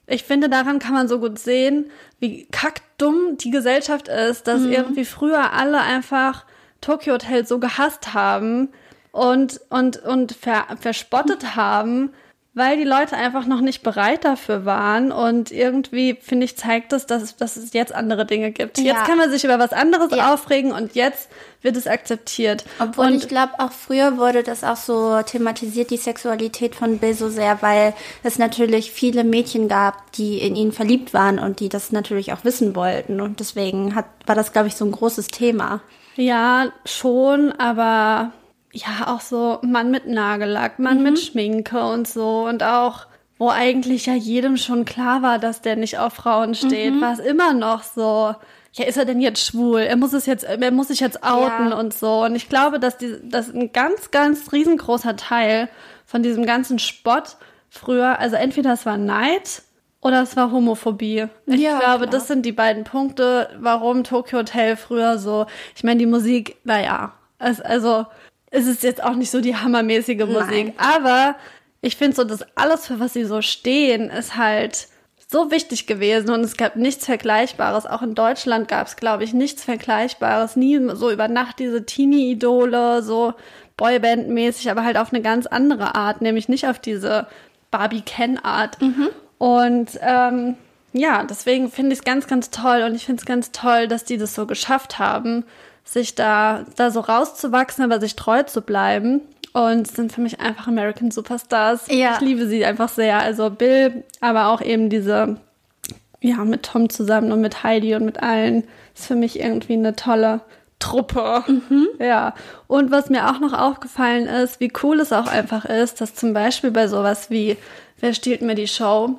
Speaker 1: ich finde, daran kann man so gut sehen, wie kackdumm die Gesellschaft ist, dass mhm. irgendwie früher alle einfach Tokyo Hotel so gehasst haben und, und, und ver, verspottet haben, weil die Leute einfach noch nicht bereit dafür waren. Und irgendwie, finde ich, zeigt es, dass, dass es jetzt andere Dinge gibt. Ja. Jetzt kann man sich über was anderes ja. aufregen und jetzt wird es akzeptiert.
Speaker 2: Obwohl
Speaker 1: und
Speaker 2: ich glaube, auch früher wurde das auch so thematisiert, die Sexualität von Bill so sehr, weil es natürlich viele Mädchen gab, die in ihn verliebt waren und die das natürlich auch wissen wollten. Und deswegen hat, war das, glaube ich, so ein großes Thema.
Speaker 1: Ja, schon, aber... Ja, auch so Mann mit Nagellack, Mann mhm. mit Schminke und so. Und auch, wo eigentlich ja jedem schon klar war, dass der nicht auf Frauen steht, mhm. war es immer noch so, ja, ist er denn jetzt schwul? Er muss es jetzt, er muss sich jetzt outen ja. und so. Und ich glaube, dass die, dass ein ganz, ganz riesengroßer Teil von diesem ganzen Spott früher, also entweder es war Neid oder es war Homophobie. Ich ja, glaube, klar. das sind die beiden Punkte, warum Tokyo Hotel früher so, ich meine, die Musik, naja, also... Es ist jetzt auch nicht so die hammermäßige Musik, Nein. aber ich finde so, dass alles, für was sie so stehen, ist halt so wichtig gewesen und es gab nichts Vergleichbares. Auch in Deutschland gab es, glaube ich, nichts Vergleichbares. Nie so über Nacht diese Teenie-Idole, so Boyband-mäßig, aber halt auf eine ganz andere Art, nämlich nicht auf diese Barbie-Ken-Art. Mhm. Und ähm, ja, deswegen finde ich es ganz, ganz toll und ich finde es ganz toll, dass die das so geschafft haben, sich da, da so rauszuwachsen, aber sich treu zu bleiben. Und sind für mich einfach American Superstars. Ja. Ich liebe sie einfach sehr. Also Bill, aber auch eben diese, ja, mit Tom zusammen und mit Heidi und mit allen, ist für mich irgendwie eine tolle Truppe. Mhm. Ja. Und was mir auch noch aufgefallen ist, wie cool es auch einfach ist, dass zum Beispiel bei sowas wie Wer stiehlt mir die Show,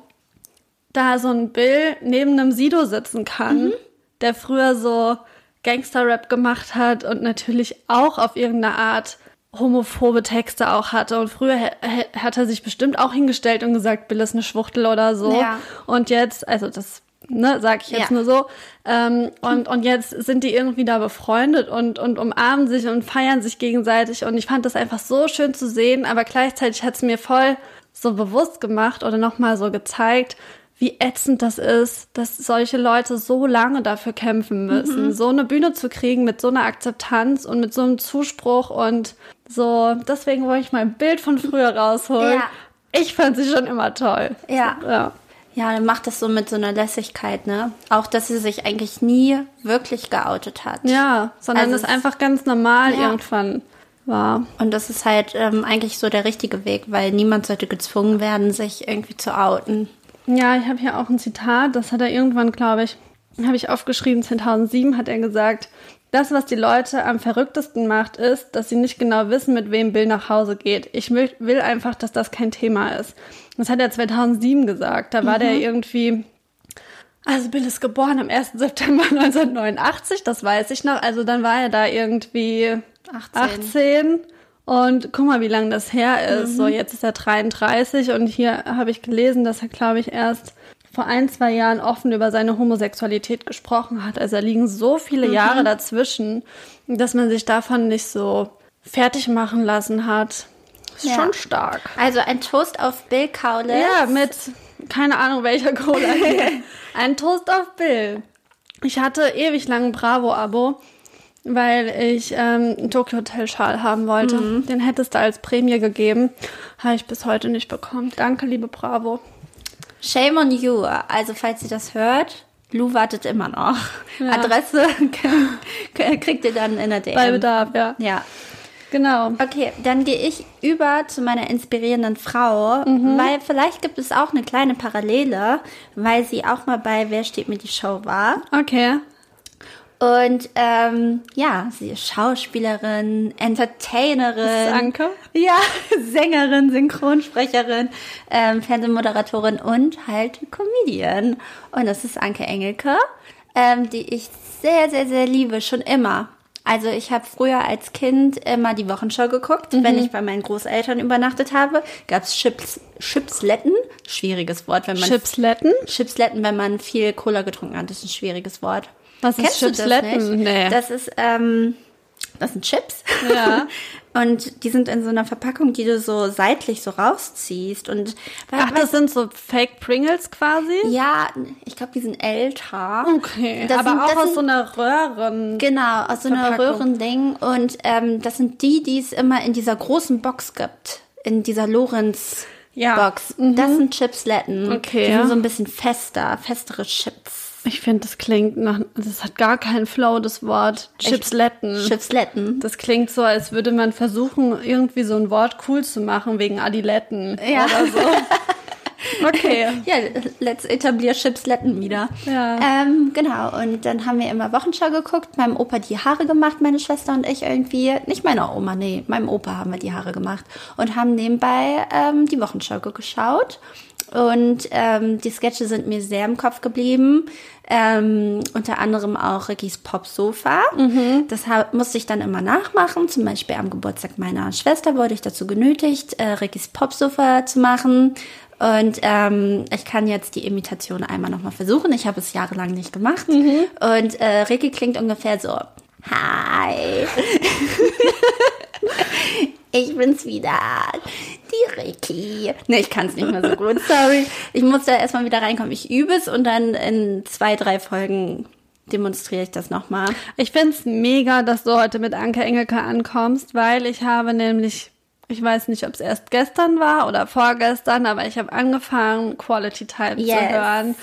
Speaker 1: da so ein Bill neben einem Sido sitzen kann, mhm. der früher so Gangster-Rap gemacht hat und natürlich auch auf irgendeine Art homophobe Texte auch hatte. Und früher h- hat er sich bestimmt auch hingestellt und gesagt, Bill ist eine Schwuchtel oder so. Ja. Und jetzt, also das, ne, sag ich jetzt ja. nur so. Ähm, und, und jetzt sind die irgendwie da befreundet und, und umarmen sich und feiern sich gegenseitig. Und ich fand das einfach so schön zu sehen, aber gleichzeitig hat es mir voll so bewusst gemacht oder nochmal so gezeigt, wie ätzend das ist, dass solche Leute so lange dafür kämpfen müssen, mhm. so eine Bühne zu kriegen mit so einer Akzeptanz und mit so einem Zuspruch und so. Deswegen wollte ich mal ein Bild von früher rausholen. Ja. Ich fand sie schon immer toll.
Speaker 2: Ja.
Speaker 1: Ja.
Speaker 2: Ja, dann macht das so mit so einer Lässigkeit, ne? Auch, dass sie sich eigentlich nie wirklich geoutet hat.
Speaker 1: Ja, sondern also es einfach ganz normal ja. irgendwann war.
Speaker 2: Und das ist halt ähm, eigentlich so der richtige Weg, weil niemand sollte gezwungen werden, sich irgendwie zu outen.
Speaker 1: Ja, ich habe hier auch ein Zitat, das hat er irgendwann, glaube ich, habe ich aufgeschrieben, zweitausendsieben hat er gesagt, das, was die Leute am verrücktesten macht, ist, dass sie nicht genau wissen, mit wem Bill nach Hause geht. Ich will, will einfach, dass das kein Thema ist. Das hat er zweitausendsieben gesagt, da war mhm. der irgendwie, also Bill ist geboren am ersten September neunzehnhundertneunundachtzig, das weiß ich noch, also dann war er da irgendwie achtzehn. achtzehn. Und guck mal, wie lange das her ist. Mhm. So, jetzt ist er dreiunddreißig und hier habe ich gelesen, dass er, glaube ich, erst vor ein, zwei Jahren offen über seine Homosexualität gesprochen hat. Also da liegen so viele mhm. Jahre dazwischen, dass man sich davon nicht so fertig machen lassen hat. Ist ja. schon stark.
Speaker 2: Also ein Toast auf Bill Kaulitz.
Speaker 1: Ja, mit keine Ahnung welcher Cola. Ein Toast auf Bill. Ich hatte ewig lang ein Bravo-Abo, weil ich ähm, einen Tokyo Hotel Schal haben wollte. Mhm. Den hättest du als Prämie gegeben. Habe ich bis heute nicht bekommen. Danke, liebe Bravo.
Speaker 2: Shame on you. Also, falls ihr das hört, Lou wartet immer noch. Ja. Adresse kriegt ihr dann in der D M.
Speaker 1: Bei Bedarf, ja.
Speaker 2: Ja.
Speaker 1: Genau.
Speaker 2: Okay, dann gehe ich über zu meiner inspirierenden Frau, mhm. weil vielleicht gibt es auch eine kleine Parallele, weil sie auch mal bei Wer steht mir die Show war.
Speaker 1: Okay.
Speaker 2: Und ähm, ja, sie ist Schauspielerin, Entertainerin.
Speaker 1: Das ist Anke?
Speaker 2: Ja, Sängerin, Synchronsprecherin, ähm, Fernsehmoderatorin und halt Comedian. Und das ist Anke Engelke, ähm, die ich sehr, sehr, sehr liebe, schon immer. Also ich habe früher als Kind immer die Wochenschau geguckt. Mhm. Wenn ich bei meinen Großeltern übernachtet habe, gab es Chips, Chipsletten. Schwieriges Wort, wenn man...
Speaker 1: Chipsletten?
Speaker 2: Chipsletten, wenn man viel Cola getrunken hat. Das ist ein schwieriges Wort.
Speaker 1: Was ist Chipsletten?
Speaker 2: Das, nee. das ist, ähm, das sind Chips.
Speaker 1: Ja.
Speaker 2: Und die sind in so einer Verpackung, die du so seitlich so rausziehst. Und
Speaker 1: Ach, das sind so Fake Pringles quasi?
Speaker 2: Ja, ich glaube, die sind älter.
Speaker 1: Okay,
Speaker 2: das
Speaker 1: aber
Speaker 2: sind,
Speaker 1: auch aus
Speaker 2: sind,
Speaker 1: so einer Röhren.
Speaker 2: Genau, aus so einer Röhrending. Und ähm, das sind die, die es immer in dieser großen Box gibt. In dieser Lorenz
Speaker 1: ja.
Speaker 2: Box.
Speaker 1: Mhm.
Speaker 2: Das sind Chipsletten.
Speaker 1: Okay.
Speaker 2: Die sind so ein bisschen fester, festere Chips.
Speaker 1: Ich finde, das klingt nach, das hat gar keinen Flow, das Wort Chipsletten.
Speaker 2: Chipsletten.
Speaker 1: Das klingt so, als würde man versuchen, irgendwie so ein Wort cool zu machen wegen Adiletten
Speaker 2: ja.
Speaker 1: oder so. Okay.
Speaker 2: Ja, let's etablier Chipsletten wieder.
Speaker 1: Ja.
Speaker 2: Ähm, genau, und dann haben wir immer Wochenschau geguckt, meinem Opa die Haare gemacht, meine Schwester und ich irgendwie, nicht meiner Oma, nee, meinem Opa haben wir die Haare gemacht und haben nebenbei ähm, die Wochenschau geschaut. Und ähm, die Sketche sind mir sehr im Kopf geblieben. Ähm, unter anderem auch Rickys Popsofa. Mhm. Das hab, musste ich dann immer nachmachen. Zum Beispiel am Geburtstag meiner Schwester wurde ich dazu genötigt, äh, Rickys Popsofa zu machen. Und ähm, ich kann jetzt die Imitation einmal nochmal versuchen. Ich habe es jahrelang nicht gemacht. Mhm. Und äh, Ricky klingt ungefähr so. Hi. Ich bin's wieder, die Ricky. Ne, ich kann's nicht mehr so gut, sorry. Ich muss da erstmal wieder reinkommen. Ich übe es und dann in zwei, drei Folgen demonstriere ich das nochmal.
Speaker 1: Ich find's mega, dass du heute mit Anke Engelke ankommst, weil ich habe nämlich, ich weiß nicht, ob es erst gestern war oder vorgestern, aber ich habe angefangen, Quality Time yes. zu hören.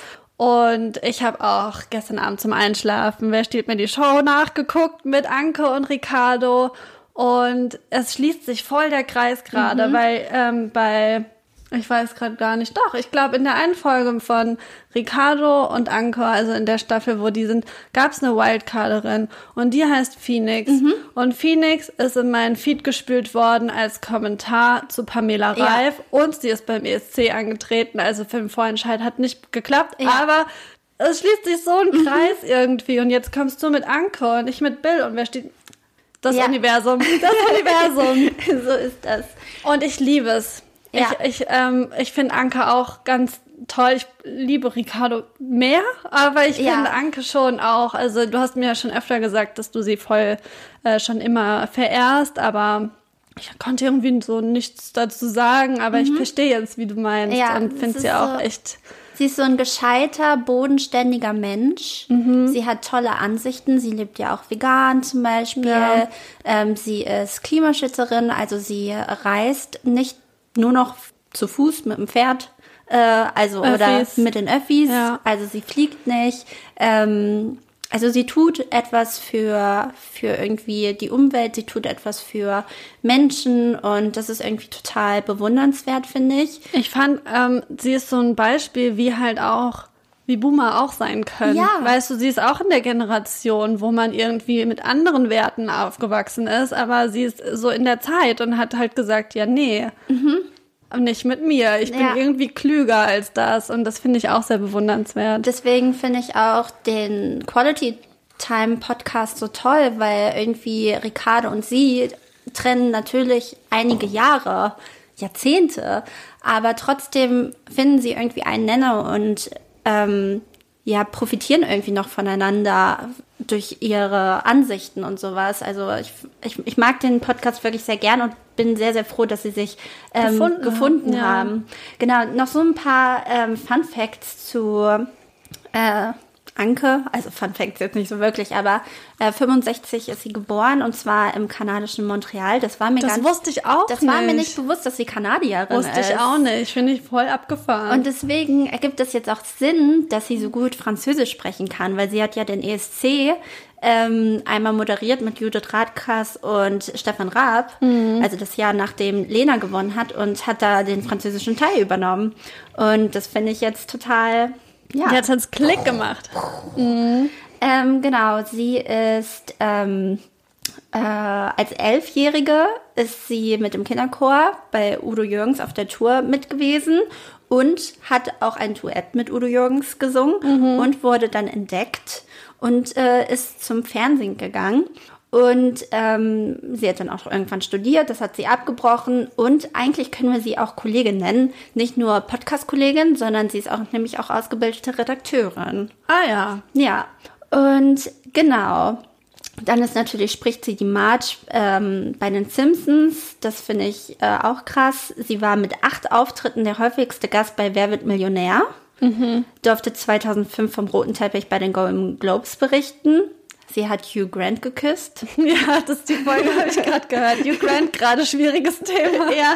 Speaker 1: Und ich habe auch gestern Abend zum Einschlafen, wer steht mir die Show nachgeguckt mit Anke und Ricardo. Und es schließt sich voll der Kreis gerade, mhm. weil ähm, bei, ich weiß gerade gar nicht, doch, ich glaube in der einen Folge von Ricardo und Anke, also in der Staffel, wo die sind, gab es eine Wildcarderin und die heißt Phoenix. Mhm. Und Phoenix ist in meinen Feed gespült worden als Kommentar zu Pamela Reif ja. und sie ist beim E S C angetreten, also für den Vorentscheid hat nicht geklappt, ja. aber es schließt sich so ein Kreis mhm. irgendwie und jetzt kommst du mit Anke und ich mit Bill und wer steht... Das ja. Universum, das Universum.
Speaker 2: So ist das.
Speaker 1: Und ich liebe es. Ja. Ich, ich, ähm, ich finde Anke auch ganz toll. Ich liebe Ricardo mehr, aber ich ja. finde Anke schon auch. Also du hast mir ja schon öfter gesagt, dass du sie voll äh, schon immer verehrst, aber ich konnte irgendwie so nichts dazu sagen. Aber mhm. ich verstehe jetzt, wie du meinst
Speaker 2: ja,
Speaker 1: und finde sie auch so echt...
Speaker 2: Sie ist so ein gescheiter, bodenständiger Mensch. Mhm. Sie hat tolle Ansichten. Sie lebt ja auch vegan zum Beispiel. Ja. Ähm, sie ist Klimaschützerin, also sie reist nicht nur noch zu Fuß mit dem Pferd, äh, also Öffis. Oder mit den Öffis. Ja. Also sie fliegt nicht. Ähm, Also sie tut etwas für, für irgendwie die Umwelt, sie tut etwas für Menschen und das ist irgendwie total bewundernswert, finde ich.
Speaker 1: Ich fand, ähm, sie ist so ein Beispiel, wie halt auch, wie Boomer auch sein können.
Speaker 2: Ja.
Speaker 1: Weißt du, sie ist auch in der Generation, wo man irgendwie mit anderen Werten aufgewachsen ist, aber sie ist so in der Zeit und hat halt gesagt, ja, nee. Mhm. Nicht mit mir. Ich bin ja. irgendwie klüger als das. Und das finde ich auch sehr bewundernswert.
Speaker 2: Deswegen finde ich auch den Quality Time Podcast so toll, weil irgendwie Ricardo und sie trennen natürlich einige Jahre, Jahrzehnte. Aber trotzdem finden sie irgendwie einen Nenner und ähm, ja, profitieren irgendwie noch voneinander durch ihre Ansichten und sowas. Also ich, ich, ich mag den Podcast wirklich sehr gern und bin sehr, sehr froh, dass sie sich ähm, gefunden, gefunden ja. haben. Genau, noch so ein paar ähm, Fun Facts zu äh, Anke. Also Fun Facts jetzt nicht so wirklich, aber äh, fünfundsechzig ist sie geboren und zwar im kanadischen Montreal. Das war mir
Speaker 1: das
Speaker 2: ganz...
Speaker 1: Das wusste ich auch
Speaker 2: Das
Speaker 1: nicht.
Speaker 2: war mir nicht bewusst, dass sie Kanadierin
Speaker 1: wusste
Speaker 2: ist.
Speaker 1: Wusste ich auch nicht. Finde ich voll abgefahren.
Speaker 2: Und deswegen ergibt es jetzt auch Sinn, dass sie so gut Französisch sprechen kann, weil sie hat ja den E S C ähm, einmal moderiert mit Judith Radkas und Stefan Raab, mhm. also das Jahr nachdem Lena gewonnen hat und hat da den französischen Teil übernommen. Und das finde ich jetzt total... Ja.
Speaker 1: Jetzt hat's Klick gemacht. Mhm.
Speaker 2: Ähm, genau, sie ist ähm, äh, als Elfjährige ist sie mit dem Kinderchor bei Udo Jürgens auf der Tour mit gewesen und hat auch ein Duett mit Udo Jürgens gesungen mhm. und wurde dann entdeckt und äh, ist zum Fernsehen gegangen. Und ähm, sie hat dann auch irgendwann studiert, das hat sie abgebrochen und eigentlich können wir sie auch Kollegin nennen, nicht nur Podcast-Kollegin, sondern sie ist auch nämlich auch ausgebildete Redakteurin.
Speaker 1: Ah ja.
Speaker 2: Ja, und genau, Dann ist natürlich, spricht sie die Marge ähm, bei den Simpsons. Das finde ich äh, auch krass. Sie war mit acht Auftritten der häufigste Gast bei Wer wird Millionär. Mhm. Durfte zweitausendfünf vom roten Teppich bei den Golden Globes berichten. Sie hat Hugh Grant geküsst.
Speaker 1: Ja, das ist die Folge, habe ich gerade gehört. Hugh Grant, gerade schwieriges Thema.
Speaker 2: Ja.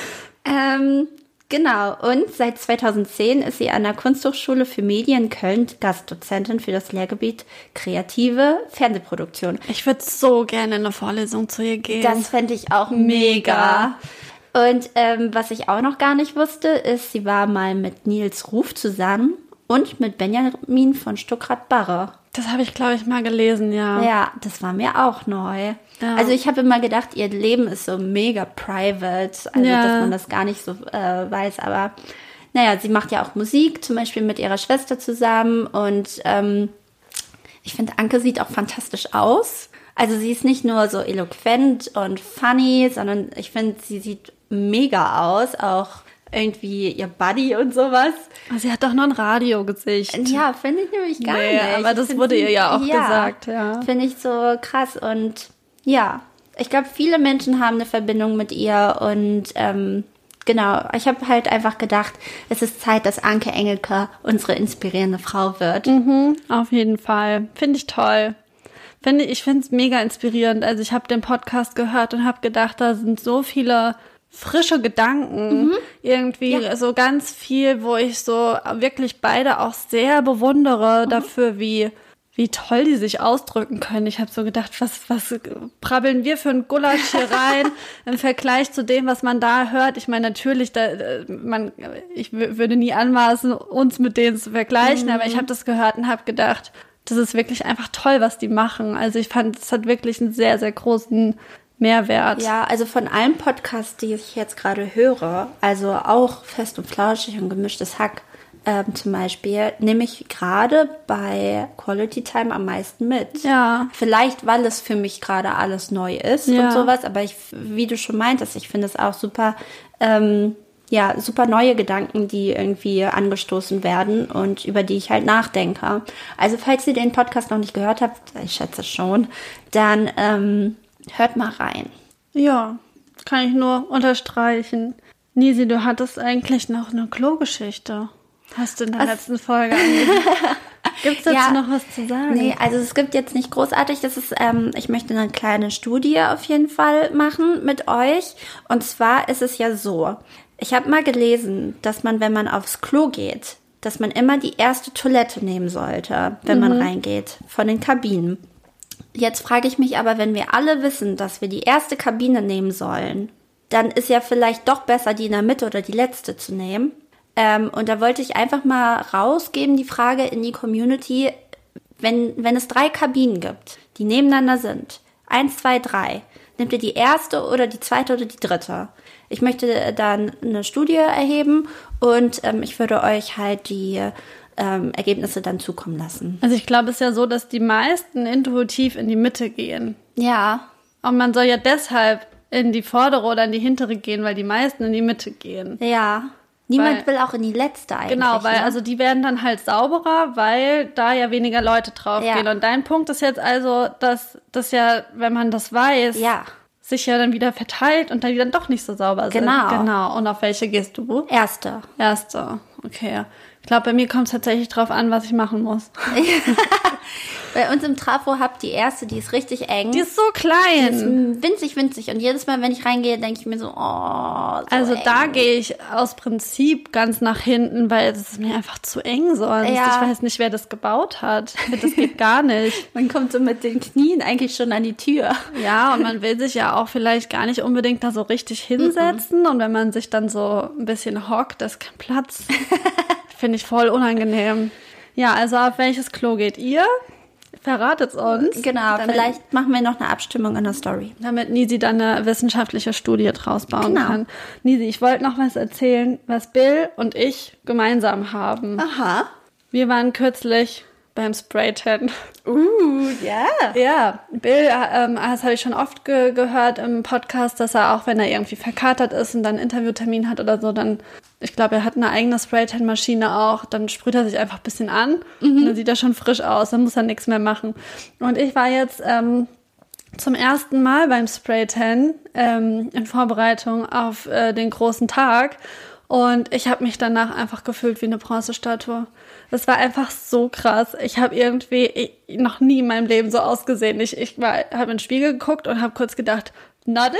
Speaker 2: Ähm, genau. Und seit zweitausendzehn ist sie an der Kunsthochschule für Medien Köln Gastdozentin für das Lehrgebiet kreative Fernsehproduktion.
Speaker 1: Ich würde so gerne in eine Vorlesung zu ihr gehen.
Speaker 2: Das fände ich auch mega. Und ähm, was ich auch noch gar nicht wusste, ist, sie war mal mit Nils Ruf zusammen und mit Benjamin von Stuckrad-Barre.
Speaker 1: Das habe ich, glaube ich, mal gelesen, ja.
Speaker 2: Ja, das war mir auch neu. Ja. Also ich habe immer gedacht, ihr Leben ist so mega private, also ja. dass man das gar nicht so äh, weiß. Aber naja, sie macht ja auch Musik, zum Beispiel mit ihrer Schwester zusammen. Und ähm, ich finde, Anke sieht auch fantastisch aus. Also sie ist nicht nur so eloquent und funny, sondern ich finde, sie sieht mega aus, auch irgendwie ihr Buddy und sowas.
Speaker 1: Sie hat doch noch ein Radiogesicht.
Speaker 2: Ja, finde ich nämlich gar
Speaker 1: nee,
Speaker 2: nicht.
Speaker 1: Aber das
Speaker 2: find
Speaker 1: wurde
Speaker 2: sie,
Speaker 1: ihr ja auch
Speaker 2: ja,
Speaker 1: gesagt, ja.
Speaker 2: Finde ich so krass und ja, ich glaube, viele Menschen haben eine Verbindung mit ihr und ähm, genau, ich habe halt einfach gedacht, es ist Zeit, dass Anke Engelke unsere inspirierende Frau wird.
Speaker 1: Mhm, auf jeden Fall. Finde ich toll. Finde, ich finde es mega inspirierend. Also ich habe den Podcast gehört und habe gedacht, da sind so viele frische Gedanken. Mhm. Irgendwie ja. so ganz viel, wo ich so wirklich beide auch sehr bewundere mhm. dafür, wie wie toll die sich ausdrücken können. Ich habe so gedacht, was was brabbeln wir für ein Gulasch hier rein im Vergleich zu dem, was man da hört. Ich meine, natürlich, da, man, ich w- würde nie anmaßen, uns mit denen zu vergleichen, mhm. aber ich habe das gehört und habe gedacht, das ist wirklich einfach toll, was die machen. Also ich fand, es hat wirklich einen sehr, sehr großen Mehrwert.
Speaker 2: Ja, also von allen Podcasts, die ich jetzt gerade höre, also auch Fest und Flauschig und Gemischtes Hack ähm, zum Beispiel, nehme ich gerade bei Quality Time am meisten mit.
Speaker 1: Ja.
Speaker 2: Vielleicht, weil es für mich gerade alles neu ist
Speaker 1: ja.
Speaker 2: und sowas, aber ich, wie du schon meintest, ich finde es auch super, ähm, ja, super neue Gedanken, die irgendwie angestoßen werden und über die ich halt nachdenke. Also falls ihr den Podcast noch nicht gehört habt, ich schätze schon, dann ähm, hört mal rein.
Speaker 1: Ja, kann ich nur unterstreichen. Nisi, du hattest eigentlich noch eine Klogeschichte. Hast du in der was? letzten Folge angegeben. Gibt es dazu ja, noch was zu sagen?
Speaker 2: Nee, also es gibt jetzt nicht großartig. Das ist, ähm, ich möchte eine kleine Studie auf jeden Fall machen mit euch. Und zwar ist es ja so, ich habe mal gelesen, dass man, wenn man aufs Klo geht, dass man immer die erste Toilette nehmen sollte, wenn mhm. man reingeht, von den Kabinen. Jetzt frage ich mich aber, wenn wir alle wissen, dass wir die erste Kabine nehmen sollen, dann ist ja vielleicht doch besser, die in der Mitte oder die letzte zu nehmen. Ähm, und da wollte ich einfach mal rausgeben, die Frage in die Community, wenn, wenn es drei Kabinen gibt, die nebeneinander sind, eins, zwei, drei, nehmt ihr die erste oder die zweite oder die dritte? Ich möchte dann eine Studie erheben und ähm, ich würde euch halt die ähm, Ergebnisse dann zukommen lassen.
Speaker 1: Also ich glaube, es ist ja so, dass die meisten intuitiv in die Mitte gehen.
Speaker 2: Ja.
Speaker 1: Und man soll ja deshalb in die vordere oder in die hintere gehen, weil die meisten in die Mitte gehen.
Speaker 2: Ja. Niemand weil, will auch in die letzte eigentlich.
Speaker 1: Genau, weil
Speaker 2: ne?
Speaker 1: also die werden dann halt sauberer, weil da ja weniger Leute draufgehen.
Speaker 2: Ja.
Speaker 1: Und dein Punkt ist jetzt also, dass das ja, wenn man das weiß,
Speaker 2: ja.
Speaker 1: sich ja dann wieder verteilt und dann die dann doch nicht so sauber sind.
Speaker 2: Genau.
Speaker 1: Genau. Und auf welche gehst du?
Speaker 2: Erste.
Speaker 1: Erste, okay. Ich glaube, bei mir kommt es tatsächlich drauf an, was ich machen muss.
Speaker 2: Bei uns im Trafo habt die erste, die ist richtig eng.
Speaker 1: Die ist so klein.
Speaker 2: Die ist winzig, winzig. Und jedes Mal, wenn ich reingehe, denke ich mir so, oh, so
Speaker 1: Also
Speaker 2: eng.
Speaker 1: da gehe ich aus Prinzip ganz nach hinten, weil es ist mir einfach zu eng sonst.
Speaker 2: Ja.
Speaker 1: Ich weiß nicht, wer das gebaut hat. Das geht gar nicht.
Speaker 2: Man kommt so mit den Knien eigentlich schon an die Tür.
Speaker 1: Ja, und man will sich ja auch vielleicht gar nicht unbedingt da so richtig hinsetzen. Mm-mm. Und wenn man sich dann so ein bisschen hockt, da ist kein Platz. Finde ich voll unangenehm. Ja, also auf welches Klo geht ihr? Verratet uns.
Speaker 2: Genau, damit, vielleicht machen wir noch eine Abstimmung in der Story.
Speaker 1: Damit Nisi dann eine wissenschaftliche Studie draus bauen
Speaker 2: genau.
Speaker 1: kann. Nisi, ich wollte noch was erzählen, was Bill und ich gemeinsam haben.
Speaker 2: Aha.
Speaker 1: Wir waren kürzlich beim Spraytan.
Speaker 2: Uh, ja.
Speaker 1: Yeah. Ja, Bill, ähm, das habe ich schon oft ge- gehört im Podcast, dass er auch, wenn er irgendwie verkatert ist und dann einen Interviewtermin hat oder so, dann, ich glaube, er hat eine eigene Spraytan-Maschine auch, dann sprüht er sich einfach ein bisschen an mhm. und dann sieht er schon frisch aus, dann muss er nichts mehr machen. Und ich war jetzt ähm, zum ersten Mal beim Spraytan ähm, in Vorbereitung auf äh, den großen Tag. Und ich habe mich danach einfach gefühlt wie eine Bronzestatue. Das war einfach so krass. Ich habe irgendwie ich, noch nie in meinem Leben so ausgesehen. Ich, ich habe in den Spiegel geguckt und habe kurz gedacht, Nadel?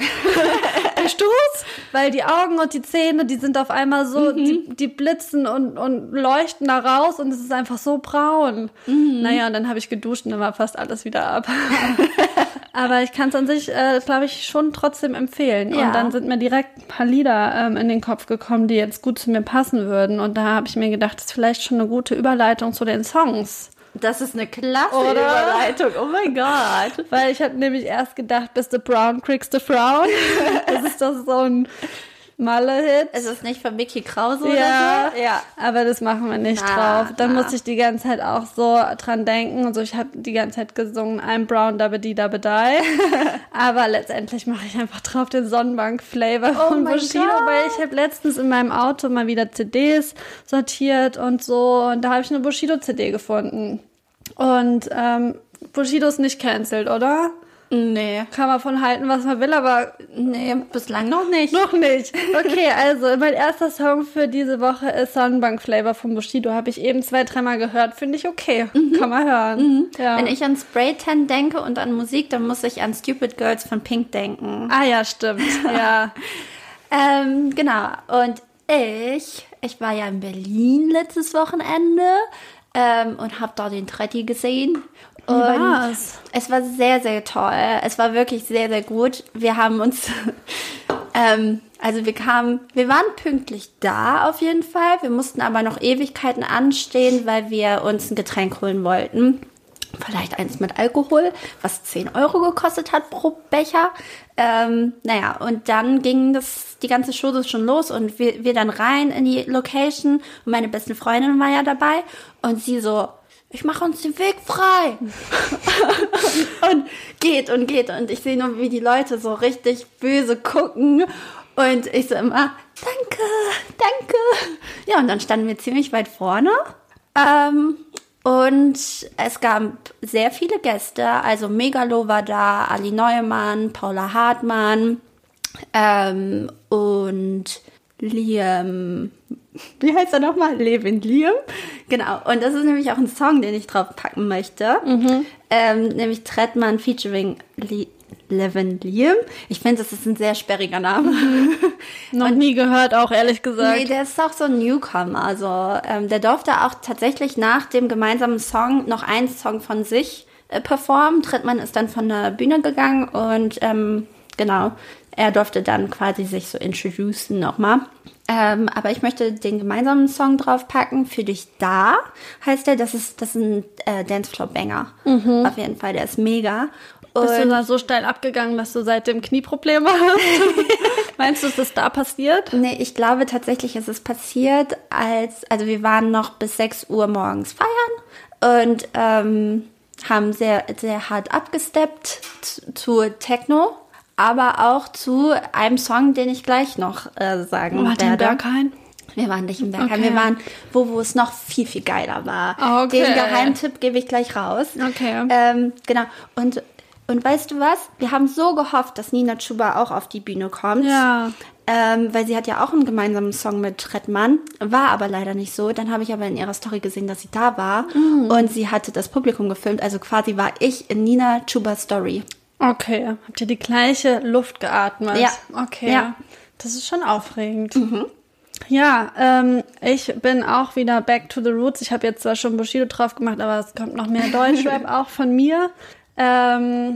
Speaker 1: Bist du's? Weil die Augen und die Zähne, die sind auf einmal so, mhm. die, die blitzen und, und leuchten da raus und es ist einfach so braun. Mhm. Naja, und dann habe ich geduscht und dann war fast alles wieder ab. Aber ich kann es an sich, äh, glaube ich, schon trotzdem empfehlen. Ja. Und dann sind mir direkt ein paar Lieder ähm, in den Kopf gekommen, die jetzt gut zu mir passen würden. Und da habe ich mir gedacht, das ist vielleicht schon eine gute Überleitung zu den Songs.
Speaker 2: Das ist eine klasse Oder? Überleitung. Oh mein Gott.
Speaker 1: Weil ich habe nämlich erst gedacht, bist du brown, kriegst du Frauen. Das ist doch so ein Malle-Hit.
Speaker 2: Ist es nicht von Mickey Krause
Speaker 1: ja,
Speaker 2: oder so? Ja,
Speaker 1: aber das machen wir nicht na, drauf. Dann na. musste ich die ganze Zeit auch so dran denken. Und so, ich habe die ganze Zeit gesungen, I'm brown, dabedi, dabedi. Aber letztendlich mache ich einfach drauf den Sonnenbank-Flavor oh von Bushido, God. Weil ich habe letztens in meinem Auto mal wieder C Ds sortiert und so. Und da habe ich eine Bushido-C D gefunden. Und ähm, Bushido ist nicht cancelled, oder?
Speaker 2: Nee.
Speaker 1: Kann man von halten, was man will, aber
Speaker 2: nee, bislang noch nicht.
Speaker 1: Noch nicht. Okay, also mein erster Song für diese Woche ist Sonnenbank Flavor von Bushido. Habe ich eben zwei, dreimal gehört. Finde ich okay. Mhm. Kann man hören.
Speaker 2: Mhm. Ja. Wenn ich an Spraytan denke und an Musik, dann muss ich an Stupid Girls von Pink denken.
Speaker 1: Ah ja, stimmt. Ja.
Speaker 2: ähm, genau. Und ich, ich war ja in Berlin letztes Wochenende ähm, und habe da den Tretti gesehen.
Speaker 1: Wie war's?
Speaker 2: Es war sehr, sehr toll. Es war wirklich sehr, sehr gut. Wir haben uns, ähm, also wir kamen, wir waren pünktlich da auf jeden Fall. Wir mussten aber noch Ewigkeiten anstehen, weil wir uns ein Getränk holen wollten. Vielleicht eins mit Alkohol, was zehn Euro gekostet hat pro Becher. Ähm, naja, und dann ging das, die ganze Show schon los und wir, wir dann rein in die Location. Und meine beste Freundin war ja dabei und sie so, ich mache uns den Weg frei. und, und geht und geht. Und ich sehe nur, wie die Leute so richtig böse gucken. Und ich so immer, danke, danke. Ja, und dann standen wir ziemlich weit vorne. Ähm, und es gab sehr viele Gäste. Also Megalo war da, Ali Neumann, Paula Hartmann ähm, und Liam... Wie heißt er nochmal? Levin Liam. Genau. Und das ist nämlich auch ein Song, den ich drauf packen möchte. Mhm. Ähm, nämlich Trettmann featuring Le- Levin Liam. Ich finde, das ist ein sehr sperriger Name.
Speaker 1: Mhm. Noch und, nie gehört, auch ehrlich gesagt.
Speaker 2: Nee, der ist auch so ein Newcomer. Also ähm, der durfte auch tatsächlich nach dem gemeinsamen Song noch einen Song von sich äh, performen. Trettmann ist dann von der Bühne gegangen und ähm, genau, er durfte dann quasi sich so introducen nochmal. Ähm, aber ich möchte den gemeinsamen Song draufpacken. Für dich da heißt der. Das ist, das ist ein äh, Dancefloor-Banger. Mhm. Auf jeden Fall, der ist mega.
Speaker 1: Und bist du da so steil abgegangen, dass du seitdem Knieprobleme hast? Meinst du, ist das da passiert?
Speaker 2: Nee, ich glaube tatsächlich, ist es passiert, als, also wir waren noch bis sechs Uhr morgens feiern und ähm, haben sehr, sehr hart abgesteppt zu, zu Techno. Aber auch zu einem Song, den ich gleich noch äh, sagen
Speaker 1: werde. War im Berghain?
Speaker 2: Wir waren nicht im Berghain. Okay. Wir waren, wo, wo es noch viel, viel geiler war.
Speaker 1: Okay.
Speaker 2: Den Geheimtipp gebe ich gleich raus.
Speaker 1: Okay.
Speaker 2: Ähm, genau. Und, und weißt du was? Wir haben so gehofft, dass Nina Chuba auch auf die Bühne kommt.
Speaker 1: Ja.
Speaker 2: Ähm, weil sie hat ja auch einen gemeinsamen Song mit Trettmann. War aber leider nicht so. Dann habe ich aber in ihrer Story gesehen, dass sie da war. Mhm. Und sie hatte das Publikum gefilmt. Also quasi war ich in Nina Chubas Story.
Speaker 1: Okay, habt ihr die gleiche Luft geatmet?
Speaker 2: Ja.
Speaker 1: Okay,
Speaker 2: ja.
Speaker 1: Das ist schon aufregend.
Speaker 2: Mhm.
Speaker 1: Ja, ähm, ich bin auch wieder back to the roots. Ich habe jetzt zwar schon Bushido drauf gemacht, aber es kommt noch mehr Deutschrap auch von mir. Ähm,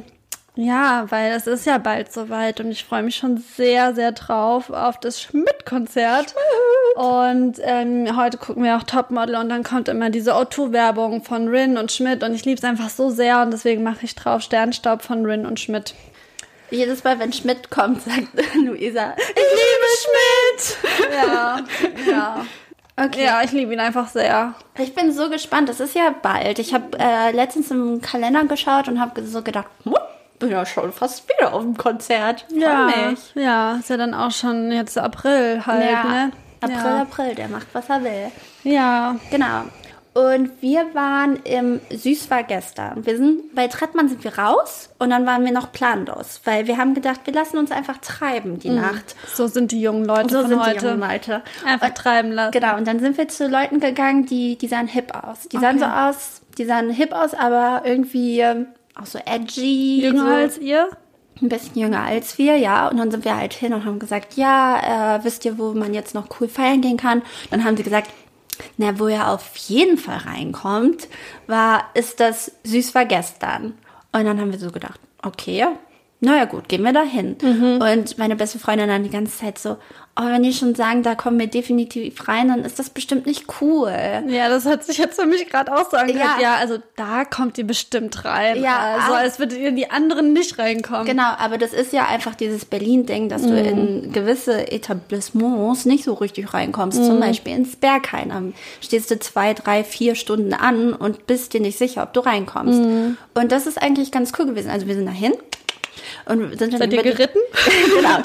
Speaker 1: ja, weil es ist ja bald soweit und ich freue mich schon sehr, sehr drauf auf das Schmidt-Konzert. Schmidt. Und ähm, heute gucken wir auch Topmodel und dann kommt immer diese O zwei Werbung von Rin und Schmidt und ich liebe es einfach so sehr und deswegen mache ich drauf Sternstaub von Rin und Schmidt.
Speaker 2: Jedes Mal, wenn Schmidt kommt, sagt Luisa, ich liebe Schmidt!
Speaker 1: Ja, ja. Okay. Ja, ich liebe ihn einfach sehr.
Speaker 2: Ich bin so gespannt, es ist ja bald. Ich habe äh, letztens im Kalender geschaut und habe so gedacht, hm, bin ja schon fast wieder auf dem Konzert. Freu
Speaker 1: ja,
Speaker 2: mich.
Speaker 1: Ja, ist ja dann auch schon jetzt April halt,
Speaker 2: ja.
Speaker 1: ne?
Speaker 2: April,
Speaker 1: ja.
Speaker 2: April, der macht, was er will.
Speaker 1: Ja.
Speaker 2: Genau. Und wir waren im Süß war gestern. Wir sind, bei Trettmann sind wir raus und dann waren wir noch planlos, weil wir haben gedacht, wir lassen uns einfach treiben die mhm. Nacht.
Speaker 1: So sind die jungen Leute
Speaker 2: so
Speaker 1: von
Speaker 2: sind
Speaker 1: heute.
Speaker 2: Die jungen Leute.
Speaker 1: Einfach
Speaker 2: und,
Speaker 1: treiben lassen.
Speaker 2: Genau, und dann sind wir zu Leuten gegangen, die, die sahen hip aus. Die sahen okay. so aus, die sahen hip aus, aber irgendwie ähm, auch so edgy.
Speaker 1: Jünger
Speaker 2: so.
Speaker 1: als ihr?
Speaker 2: Ein bisschen jünger als wir, ja. Und dann sind wir halt hin und haben gesagt, ja, äh, wisst ihr, wo man jetzt noch cool feiern gehen kann? Dann haben sie gesagt, na, wo er auf jeden Fall reinkommt, war, ist das Süß war gestern. Und dann haben wir so gedacht, okay, naja gut, gehen wir da hin. Mhm. Und meine beste Freundin dann die ganze Zeit so, oh, wenn die schon sagen, da kommen wir definitiv rein, dann ist das bestimmt nicht cool.
Speaker 1: Ja, das hat sich jetzt für mich gerade auch so angehört. Ja. ja, also da kommt ihr bestimmt rein. Ja, also als würdet ihr in die anderen nicht reinkommen.
Speaker 2: Genau, aber das ist ja einfach dieses Berlin-Ding, dass mhm. du in gewisse Etablissements nicht so richtig reinkommst. Mhm. Zum Beispiel ins Berghain. Dann stehst du zwei, drei, vier Stunden an und bist dir nicht sicher, ob du reinkommst. Mhm. Und das ist eigentlich ganz cool gewesen. Also wir sind dahin. Und sind dann
Speaker 1: Seid ihr geritten?
Speaker 2: Genau.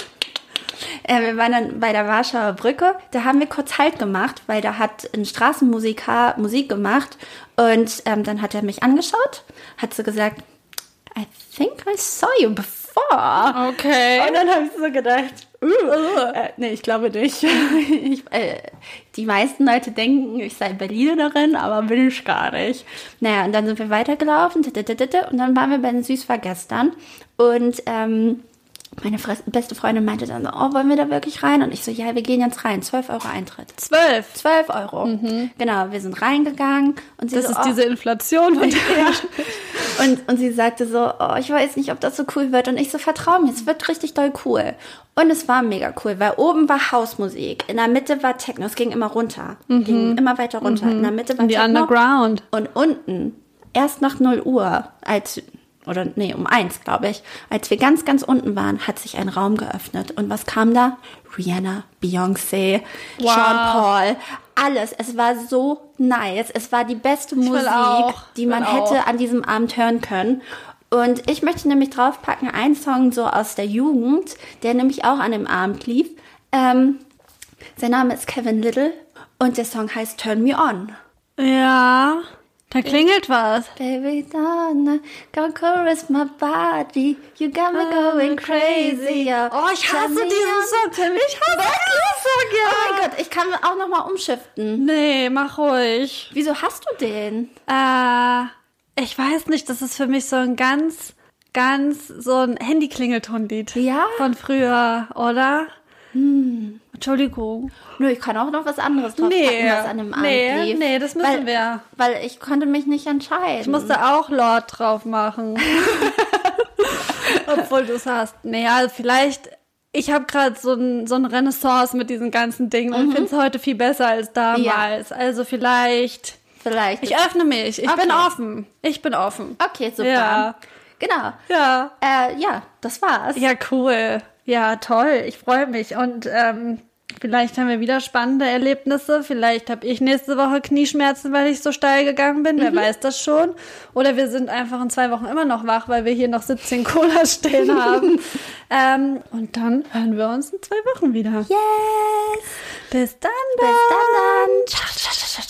Speaker 2: Äh, wir waren dann bei der Warschauer Brücke. Da haben wir kurz Halt gemacht, weil da hat ein Straßenmusiker Musik gemacht. Und ähm, dann hat er mich angeschaut, hat so gesagt, I think I saw you before.
Speaker 1: Okay.
Speaker 2: Und dann habe ich so gedacht, uh, uh. Äh, nee, ich glaube nicht. ich, äh, die meisten Leute denken, ich sei Berlinerin, aber bin ich gar nicht. Naja, und dann sind wir weitergelaufen und dann waren wir bei den Süß war gestern. Und ähm, meine beste Freundin meinte dann so, oh, wollen wir da wirklich rein? Und ich so, ja, wir gehen jetzt rein. zwölf Euro Eintritt.
Speaker 1: zwölf?
Speaker 2: zwölf Euro. Mhm. Genau, wir sind reingegangen. Und sie
Speaker 1: das
Speaker 2: so,
Speaker 1: ist
Speaker 2: oh.
Speaker 1: diese Inflation. Von
Speaker 2: ja. und, und sie sagte so, oh, ich weiß nicht, ob das so cool wird. Und ich so, vertrau mir, es wird richtig doll cool. Und es war mega cool, weil oben war Hausmusik. In der Mitte war Techno. Es ging immer runter. Mhm. Ging immer weiter runter. Mhm. In der Mitte war
Speaker 1: in die
Speaker 2: Techno.
Speaker 1: Underground.
Speaker 2: Und unten, erst nach null Uhr, als... oder nee, um eins, glaube ich. Als wir ganz, ganz unten waren, hat sich ein Raum geöffnet. Und was kam da? Rihanna, Beyoncé, wow. Sean Paul, alles. Es war so nice. Es war die beste ich Musik, auch, die man hätte auch. an diesem Abend hören können. Und ich möchte nämlich draufpacken, einen Song so aus der Jugend, der nämlich auch an dem Abend lief. Ähm, sein Name ist Kevin Little und der Song heißt Turn Me On.
Speaker 1: Ja... Da klingelt was.
Speaker 2: Baby, don't go caress my body. You got me going crazy.
Speaker 1: Oh, ich hasse diesen Song. Ich hasse diesen Song, ja.
Speaker 2: Oh mein Gott, ich kann auch noch mal umschiften.
Speaker 1: Nee, mach ruhig.
Speaker 2: Wieso hast du den?
Speaker 1: Äh, ich weiß nicht, das ist für mich so ein ganz, ganz so ein Handy-Klingelton-Lied.
Speaker 2: Ja?
Speaker 1: Von früher, oder? Hm. Entschuldigung.
Speaker 2: Nö, ich kann auch noch was anderes drauf
Speaker 1: nee,
Speaker 2: packen, was an dem Abend
Speaker 1: nee,
Speaker 2: lief.
Speaker 1: Nee, das müssen
Speaker 2: weil,
Speaker 1: wir.
Speaker 2: Weil ich konnte mich nicht entscheiden.
Speaker 1: Ich musste auch Lord drauf machen. Obwohl du es hast. Naja, vielleicht... Ich habe gerade so ein so ein Renaissance mit diesen ganzen Dingen und mhm. finde es heute viel besser als damals. Ja. Also vielleicht...
Speaker 2: Vielleicht.
Speaker 1: Ich öffne mich. Ich
Speaker 2: okay.
Speaker 1: bin offen. Ich bin offen.
Speaker 2: Okay, super.
Speaker 1: Ja.
Speaker 2: Genau.
Speaker 1: Ja.
Speaker 2: Äh, ja, das war's.
Speaker 1: Ja, cool. Ja, toll. Ich freue mich. Und ähm, vielleicht haben wir wieder spannende Erlebnisse. Vielleicht habe ich nächste Woche Knieschmerzen, weil ich so steil gegangen bin. Mhm. Wer weiß das schon. Oder wir sind einfach in zwei Wochen immer noch wach, weil wir hier noch siebzehn Cola stehen haben. ähm, und dann hören wir uns in zwei Wochen wieder.
Speaker 2: Yes!
Speaker 1: Bis dann.
Speaker 2: Bis dann. dann.
Speaker 1: Ciao, ciao, ciao, ciao.